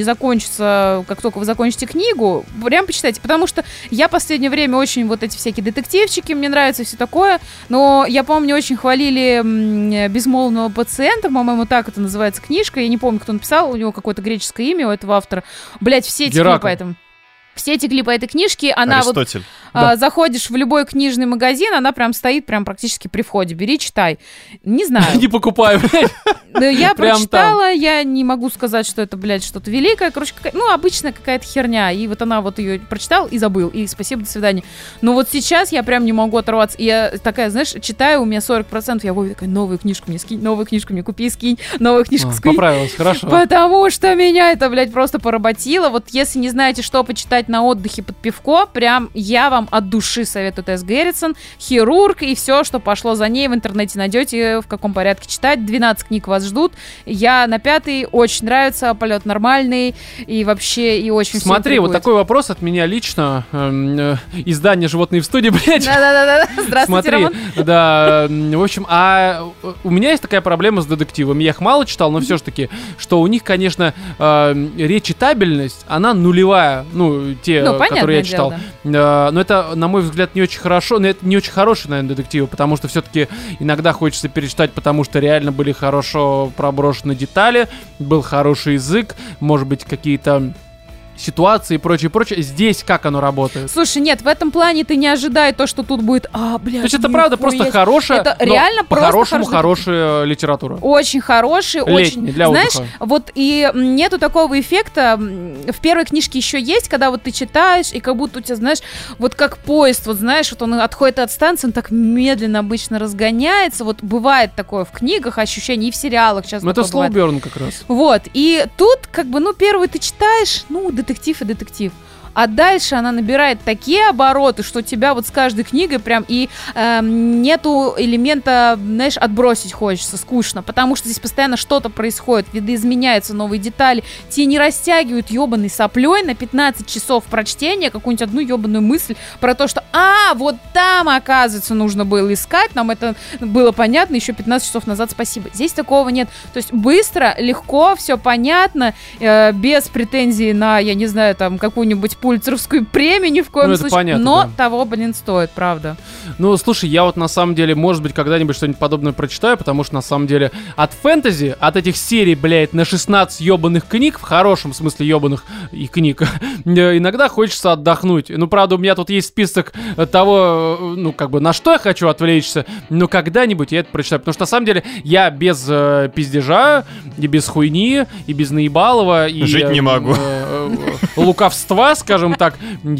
закончится, как только вы закончите книгу, прям почитайте, потому что я в последнее время очень вот эти всякие детективчики, мне нравится все такое, но я помню, очень хвалили «Безмолвного пациента», по-моему, так это называется книжка, я не помню, кто написал, у него какое-то греческое имя у этого автора. Блять, все текли по этому. Все текли по этой книжке, она Аристотель. Вот заходишь в любой книжный магазин, она прям стоит прям практически при входе. Бери, читай. Не знаю. Не покупаю, блядь. Я прочитала, я не могу сказать, что это, блядь, что-то великое. Короче, обычная какая-то херня. И вот она вот ее прочитала и забыл. И спасибо, до свидания. Но вот сейчас я прям не могу оторваться. И я такая, знаешь, читаю, у меня 40%, я Вове такая, новую книжку мне скинь, новую книжку мне купи, скинь, новую книжку скинь. Поправилась, хорошо. Потому что меня это, блядь, просто поработило. Вот если не знаете, что почитать на отдыхе под пивко, прям я вам от души советую Тесс Герритсон, «Хирург» и все, что пошло за ней, в интернете найдете, в каком порядке читать. 12 книг вас ждут. Я на 5-й, очень нравится, полет нормальный и вообще и очень Смотри, вот такой вопрос от меня лично. Издание «Животные в студии», блядь. Да-да-да. Здравствуйте, Смотри, Роман. Да, в общем, у меня есть такая проблема с детективами. Я их мало читал, но все-таки, что у них, конечно, речитабельность, она нулевая. Ну, те, которые я читал. Да. Но это, на мой взгляд, не очень хорошо. Но это не очень хорошие, наверное, детективы, потому что все-таки иногда хочется перечитать, потому что реально были хорошо проброшены детали, был хороший язык, может быть, какие-то ситуации и прочее, прочее. Здесь как оно работает? Слушай, нет, в этом плане ты не ожидай то, что тут будет, блядь. То есть это правда просто хорошая, это реально по-хорошему хорошая литература. Очень хорошая, очень. Для знаешь, отдыха. Вот и нету такого эффекта. В первой книжке еще есть, когда вот ты читаешь, и как будто у тебя, знаешь, вот как поезд, вот знаешь, вот он отходит от станции, он так медленно обычно разгоняется. Вот бывает такое в книгах ощущение, и в сериалах сейчас. Это Слоу Бёрн как раз. Вот, и тут как бы, первый ты читаешь, детектив и детектив. А дальше она набирает такие обороты, что тебя вот с каждой книгой прям и нету элемента, знаешь, отбросить хочется, скучно, потому что здесь постоянно что-то происходит, видоизменяются новые детали, тебе не растягивают ебаной соплей на 15 часов прочтения какую-нибудь одну ебаную мысль про то, что вот там, оказывается, нужно было искать, нам это было понятно еще 15 часов назад, спасибо. Здесь такого нет. То есть быстро, легко, все понятно, без претензий на, я не знаю, там, какую-нибудь пульцеровскую премию ни в коем случае, понятно, но да. того, стоит, правда. Ну, слушай, я вот на самом деле, может быть, когда-нибудь что-нибудь подобное прочитаю, потому что на самом деле от фэнтези, от этих серий, блядь, на 16 ебаных книг, в хорошем смысле ебаных и книг, иногда хочется отдохнуть. Ну, правда, у меня тут есть список того, на что я хочу отвлечься, но когда-нибудь я это прочитаю, потому что на самом деле я без пиздежа, и без хуйни, и без наебалова, и жить не могу. Лукавства, скажем так,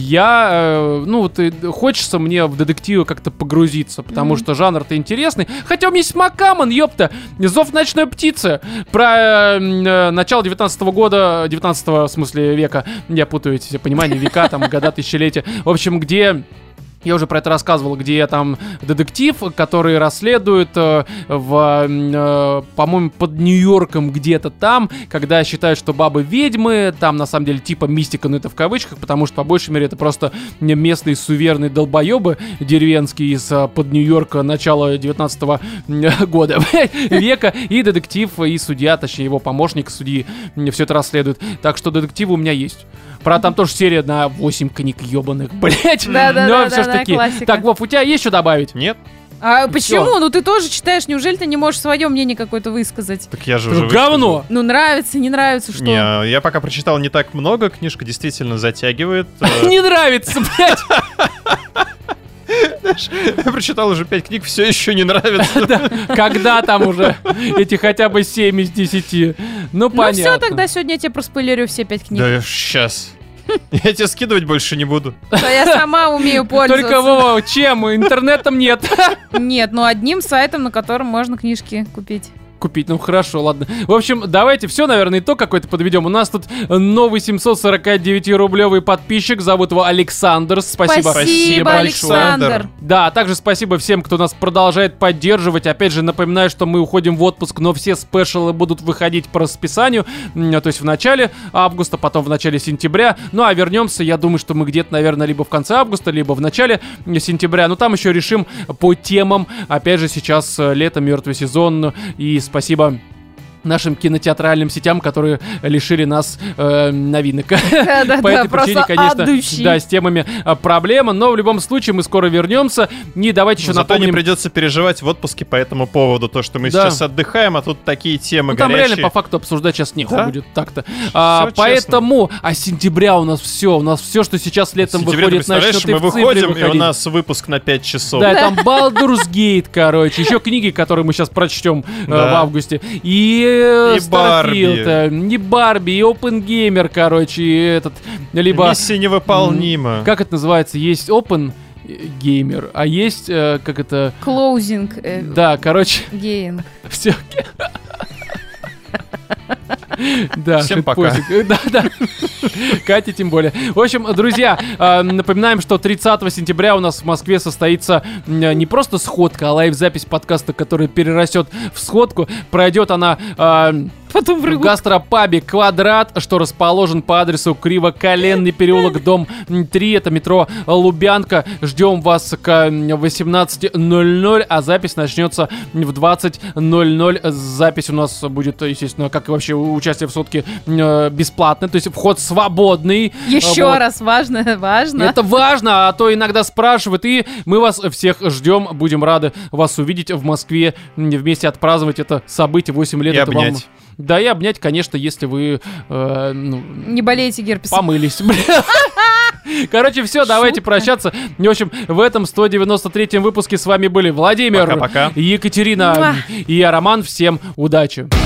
хочется мне в детективы как-то погрузиться, потому что жанр-то интересный. Хотя у меня есть Макамон, ёпта, «Зов ночной птицы», про начало 19-го года, 19-го, в смысле, века, я путаю эти все понимания, века, там, года, тысячелетия, в общем, где... Я уже про это рассказывал, где там детектив, который расследует по-моему, под Нью-Йорком где-то там, когда считают, что бабы ведьмы, там на самом деле типа мистика, но это в кавычках, потому что по большей мере это просто местные суеверные долбоебы деревенские из-под Нью-Йорка начала 19 года века, и детектив, и судья, точнее его помощник судьи, все это расследует. Так что детективы у меня есть. Правда, там тоже серия на 8 книг ебаных, блять. Да, все-таки. классика. Так, Вов, у тебя есть что добавить? Нет. А почему? Ты тоже читаешь, неужели ты не можешь свое мнение какое-то высказать? Так я же уже говно! Нравится, не нравится, что? Не, я пока прочитал не так много, книжка действительно затягивает. Не нравится, блядь! Я прочитал уже 5 книг, все еще не нравится. Когда там уже эти хотя бы 7 из 10? Ну, понятно. Ну все, тогда сегодня я тебе проспойлерю все 5 книг. Да, сейчас. Я тебе скидывать больше не буду. Да я сама умею пользоваться. Только, Вова, чем? Интернетом нет. Нет, одним сайтом, на котором можно книжки купить. Ну хорошо, ладно. В общем, давайте все, наверное, итог какой-то подведем. У нас тут новый 749-рублевый подписчик. Зовут его Александр. Спасибо Александр. Да, а также спасибо всем, кто нас продолжает поддерживать. Опять же, напоминаю, что мы уходим в отпуск, но все спешалы будут выходить по расписанию. То есть в начале августа, потом в начале сентября. Ну а вернемся, я думаю, что мы где-то, наверное, либо в конце августа, либо в начале сентября. Но там еще решим по темам. Опять же, сейчас лето, мертвый сезон. И спасибо нашим кинотеатральным сетям, которые лишили нас новинок. По этой причине, конечно, да, с темами проблема, но в любом случае мы скоро вернемся. И давайте еще напомним... Зато не придется переживать в отпуске по этому поводу, то, что мы сейчас отдыхаем, а тут такие темы там горячие. Реально по факту обсуждать сейчас нехуй будет так-то. Поэтому, сентября у нас все, что сейчас летом выходит, начнет и мы выходим, и у нас выпуск на 5 часов. Да, там Baldur's Gate, короче, еще книги, которые мы сейчас прочтем в августе. И Starfield, и Барби, и Опенгеймер, короче, и этот, либо... Миссия невыполнима. Как это называется? Есть Open Gamer, а есть, как это... Closing. Да, короче... Гейм. Все. Да, всем пока. Да. Катя тем более. В общем, друзья, напоминаем, что 30 сентября у нас в Москве состоится не просто сходка, а лайв-запись подкаста, который перерастет в сходку. Пройдет она... Потом в гастропабе «Квадрат», что расположен по адресу Кривоколенный переулок, дом 3, это метро Лубянка. Ждем вас к 18:00, а запись начнется в 20:00. Запись у нас будет, естественно, как и вообще участие в сходке, бесплатной, то есть вход свободный. Еще раз, важно. Это важно, а то иногда спрашивают, и мы вас всех ждем, будем рады вас увидеть в Москве, вместе отпраздновать это событие, 8 лет. И это обнять. Вам... Да, и обнять, конечно, если вы... не болеете герпесом. Помылись. Короче, все, давайте прощаться. В общем, в этом 193-м выпуске с вами были Владимир, Пока-пока. Екатерина и я, Роман. Всем удачи.